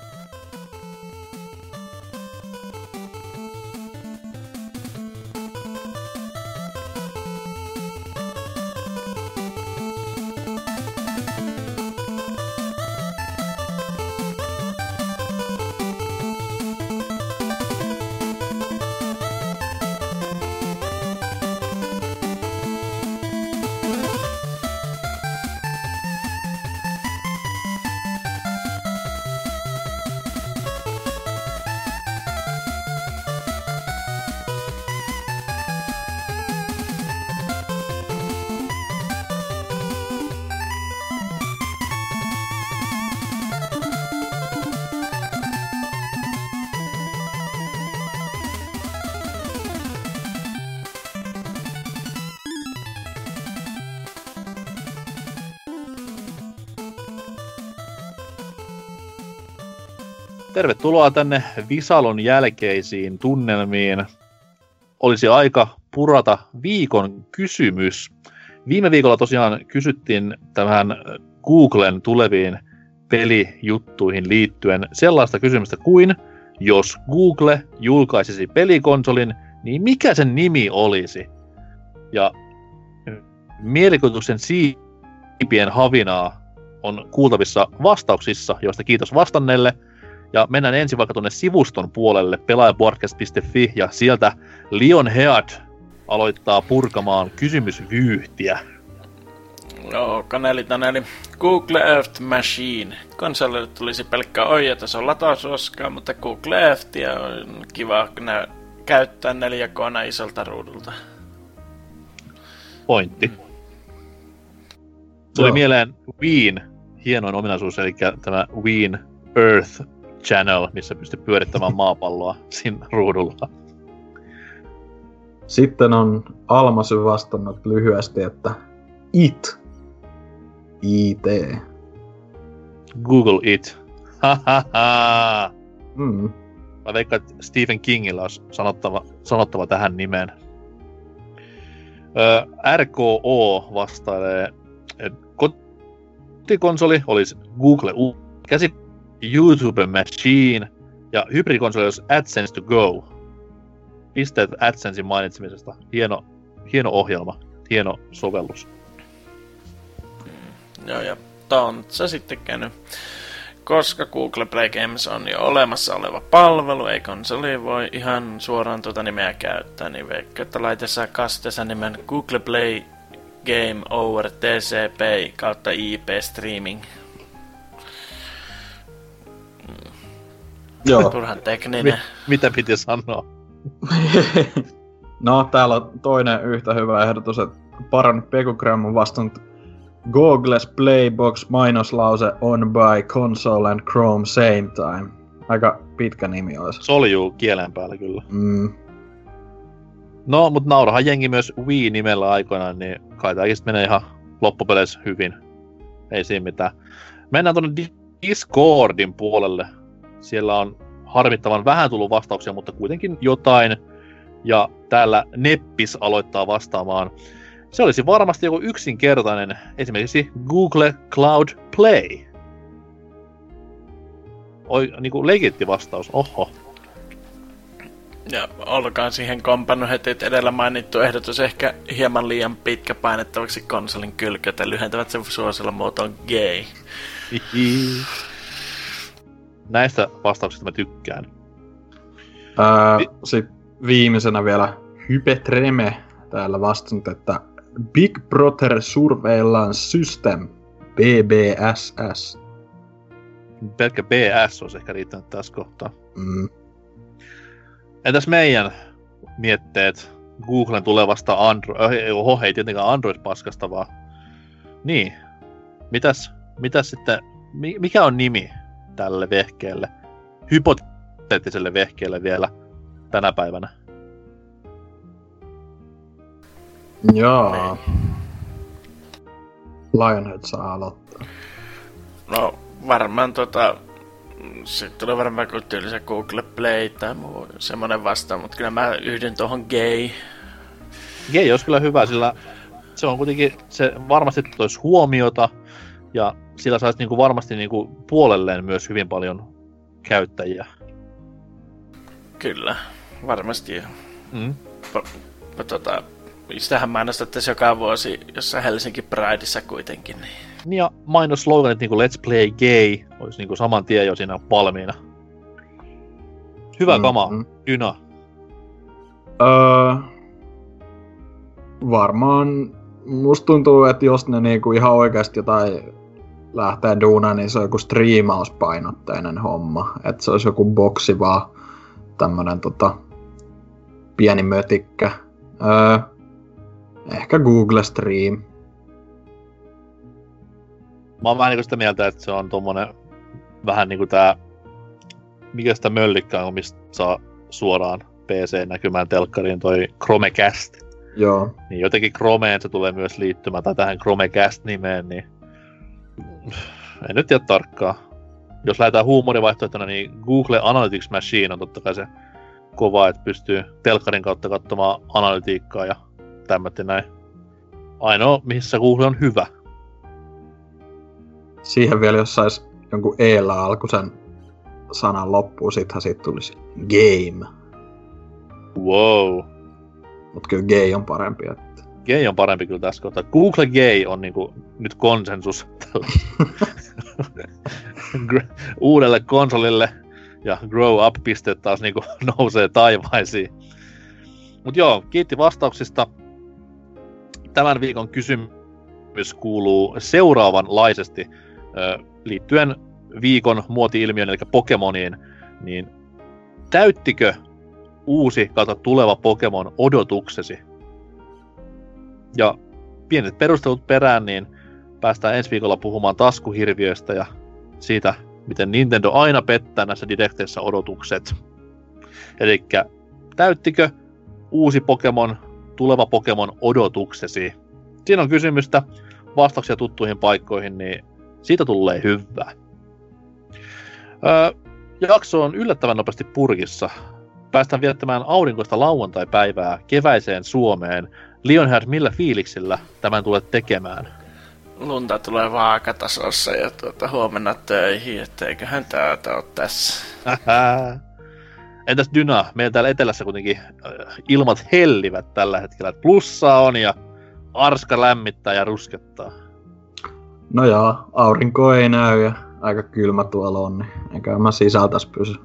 Tervetuloa tänne visailun jälkeisiin tunnelmiin. Olisi aika purata viikon kysymys. Viime viikolla tosiaan kysyttiin tämän Googlen tuleviin pelijuttuihin liittyen sellaista kysymystä kuin, jos Google julkaisisi pelikonsolin, niin mikä sen nimi olisi? Ja mielikuvituksen siipien havinaa on kuultavissa vastauksissa, joista kiitos vastanneille. Ja mennään ensin vaikka tuonne sivuston puolelle, pelaajapodcast.fi, ja sieltä Lionheart aloittaa purkamaan kysymysvyyhtiä. Joo, kaneli. Google Earth Machine. Konsolille tulisi pelkkä ohjatason latausoskaa, mutta Google Earthia on kiva käyttää 4K:na isolta ruudulta. Pointti. Tuli mieleen Wiin hienoin ominaisuus, eli tämä Wiin Earth Channel, missä pystyy pyörittämään maapalloa siinä ruudulla. Sitten on Almasy vastannut lyhyesti, että IT. Google It. Hahaha. Mm. Mä veikkaan, että Stephen Kingillä olisi sanottava tähän nimeen. RKO vastailee, kotikonsoli olisi Google käsi YouTube Machine ja hybridikonsoli olisi AdSense to Go. Pisteet AdSensein mainitsemisesta. Hieno ohjelma, hieno sovellus. Joo, ja on se sitten käynyt. Koska Google Play Games on jo olemassa oleva palvelu, ei konsoli voi ihan suoraan tuota nimeä käyttää, niin veikka, että laite saa kastessa nimen Google Play Game over TCP kautta IP Streaming. Joo. Turhan tekninen. Mitä piti sanoa? No, täällä on toinen yhtä hyvä ehdotus, että Paran Pekugram on vastannut Google's Playbox -lause on by console and Chrome same time. Aika pitkä nimi olisi. Soljuu kielen päällä kyllä. Mm. No, mut naurahan jengi myös Wii-nimellä aikoinaan, niin kai tääkin sit menee ihan loppupeleissä hyvin. Ei siinä mitään. Mennään tuonne Discordin puolelle. Siellä on harmittavan vähän tullut vastauksia, mutta kuitenkin jotain. Ja täällä Neppis aloittaa vastaamaan. Se olisi varmasti joku yksinkertainen, esimerkiksi Google Cloud Play. Niinku legitti vastaus, oho. Ja olkaan siihen kompannut heti, että edellä mainittu ehdotus ehkä hieman liian pitkä painettavaksi konsolin kylköt ja lyhentävät sen suosilla muotoon gay. Näistä vastauksista mä tykkään. Sitten viimeisenä vielä Hypetreme täällä vastannut, että Big Brother Surveillance System, BBSS. Pelkkä BS olisi ehkä riittänyt tässä kohtaa. Entäs meidän mietteet Googlen tulevasta ei tietenkään Android-paskasta vaan. Niin, mitäs sitten, mikä on nimi tälle vehkeelle, hypoteettiselle vehkeelle vielä tänä päivänä? Joo. Lionhead saa aloittaa. No varmaan sitten tulee varmaan kuin tyylisen Google Play tai muu semmonen vastaan, mutta kyllä mä yhdyn tohon gay. Gay olisi kyllä hyvä, sillä se on kuitenkin, se varmasti toisi huomiota ja sillä saisi niinku varmasti niinku puolelleen myös hyvin paljon käyttäjiä. Kyllä, varmasti. Sitähän mainostettaisiin joka vuosi jossain Helsinki Prideissa kuitenkin. Niin ja mainosloganit niinku Let's Play Gay olisi niinku saman tien jo siinä valmiina. Hyvä kama, Dyna. Varmaan musta tuntuu, että jos ne niinku ihan oikeasti jotain lähtee duunaan, niin se on joku striimauspainotteinen homma. Että se olisi joku boksi vaan tämmönen pieni mötikkä. Ehkä Google Stream. Mä oon vähän niinku sitä mieltä, että se on tommonen vähän niinku tää, mikä sitä möllikkä on, mistä saa suoraan PC näkymään telkkariin toi Chromecast. Joo. Niin jotenkin Chromeen se tulee myös liittymään, tai tähän Chromecast-nimeen, niin en nyt tiedä tarkkaan. Jos lähdetään huumorivaihtoehtona, niin Google Analytics Machine on totta kai se kova, että pystyy telkkarin kautta katsomaan analytiikkaa ja tämmöinen näin. Ainoa, missä Google on hyvä. Siihen vielä, jos sais jonkun eellä alkuisen sanan loppuun, sittenhän siitä tulisi game. Wow. Mut kyllä gay on parempi. Että... Gay on parempi kyllä tässä kohtaa. Google Gay on niinku nyt konsensus uudelle konsolille. Ja Grow Up-pisteet taas niinku nousee taivaisiin. Mut joo, kiitti vastauksista. Tämän viikon kysymys kuuluu seuraavanlaisesti liittyen viikon muoti-ilmiön, eli Pokemoniin. Niin täyttikö uusi tuleva Pokemon odotuksesi? Ja pienet perustelut perään, niin päästään ensi viikolla puhumaan taskuhirviöistä ja siitä, miten Nintendo aina pettää näissä direkteissä odotukset. Elikkä täyttikö uusi Pokemon, tuleva Pokemon odotuksesi? Siinä on kysymystä, vastauksia tuttuihin paikkoihin, niin siitä tulee hyvää. Jakso on yllättävän nopeasti purkissa. Päästään viettämään aurinkoista lauantai-päivää keväiseen Suomeen. Lionhead, millä fiiliksillä tämän tulet tekemään? Lunta tulee vaakatasossa ja huomenna töihin, että eiköhän täältä ole tässä. Entäs Dyna? Meillä täällä etelässä kuitenkin ilmat hellivät tällä hetkellä. Plussaa on ja arska lämmittää ja ruskettaa. No joo, aurinko ei näy ja aika kylmä tuolla on, niin eikä mä sisältäs pysy.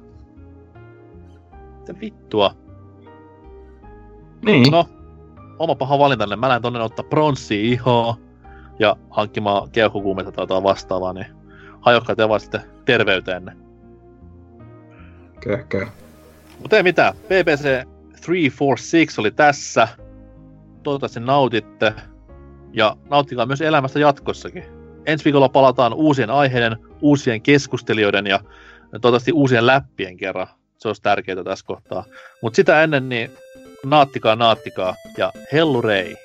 Mitä vittua? Niin. No, oma paha valintanne. Mä lähden tonne ottaa pronssia ihoa ja hankkimaan keuhkokuumetta tai jotain vastaavaa, niin hajokkaa te vaan sitten terveyteenne. Köhkö. Mutta ei mitään. BBC 346 oli tässä. Toivottavasti nautitte. Ja nauttikaa myös elämästä jatkossakin. Ensi viikolla palataan uusien aiheiden, uusien keskustelijoiden ja toivottavasti uusien läppien kerran. Se olisi tärkeää tässä kohtaa. Mutta sitä ennen niin naattikaa ja hellurei!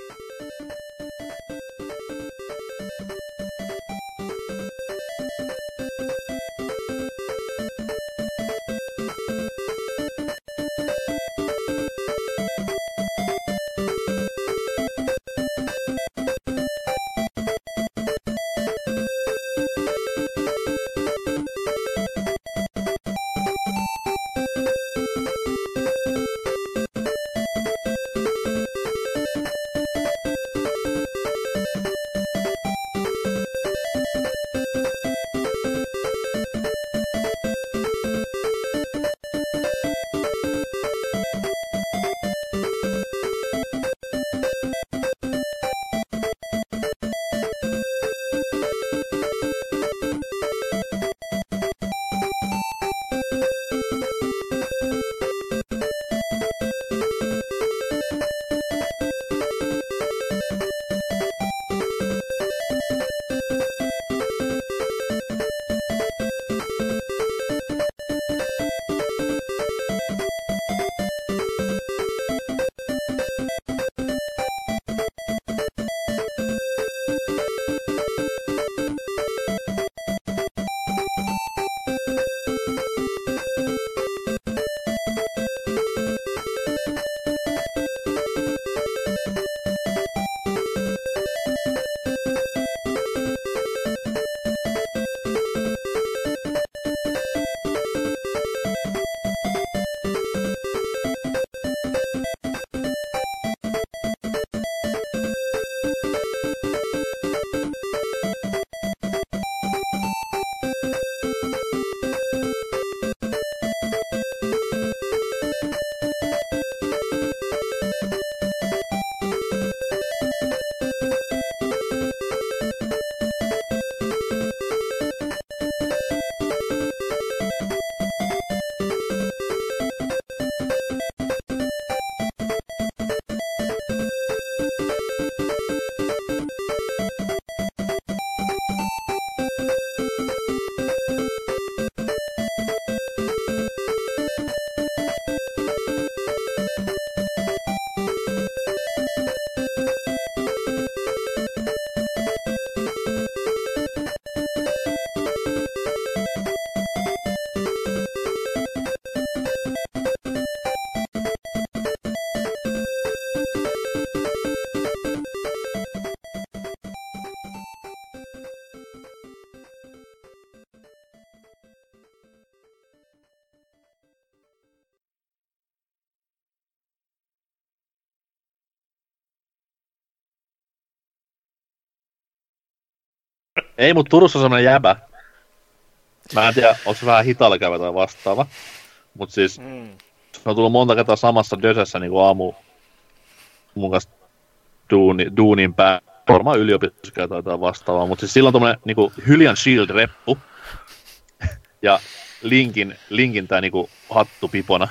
Ei, mutta Turussa on semmonen jäbä. Mä en tiedä, onko se vähän hitaalla käyvä tai vastaava. Mut siis, se on tullut monta kertaa samassa dösessä niinku aamu mun kanssa duunin päin. Varmaan yliopistossa käy tai jotain vastaavaa. Mut siis sillä on tommonen niinku Hylian Shield-reppu. Ja Linkin tää niinku hattu pipona.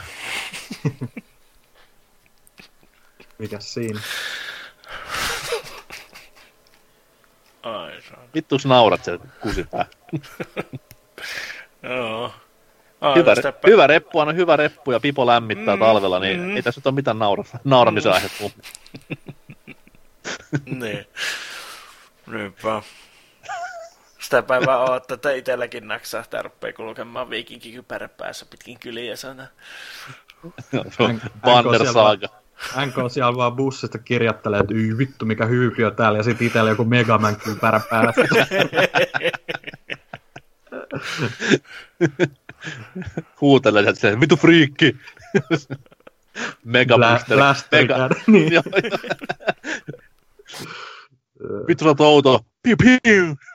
Mikäs siinä? Ai, Vittus naurat se kusipää. joo. Hyvä reppu, aina hyvä reppu ja pipo lämmittää talvella, niin ei tässä nyt ole mitään nauramisen aihetta. Niin. Niinpä. Sitä päivää ootte, että itselläkin naksaa, rupeaa kulkemaan viikinkikypärä päässä pitkin kyliä sana. Vandersaaga. NK siellä vaan bussista kirjoittelee, että vittu mikä hyypiö täällä, ja sit itellä joku Megaman kypärä päässä. Huutelee sieltä se, vittu friikki! Megabooster. Niin. Vittu sä outo! Piu piu!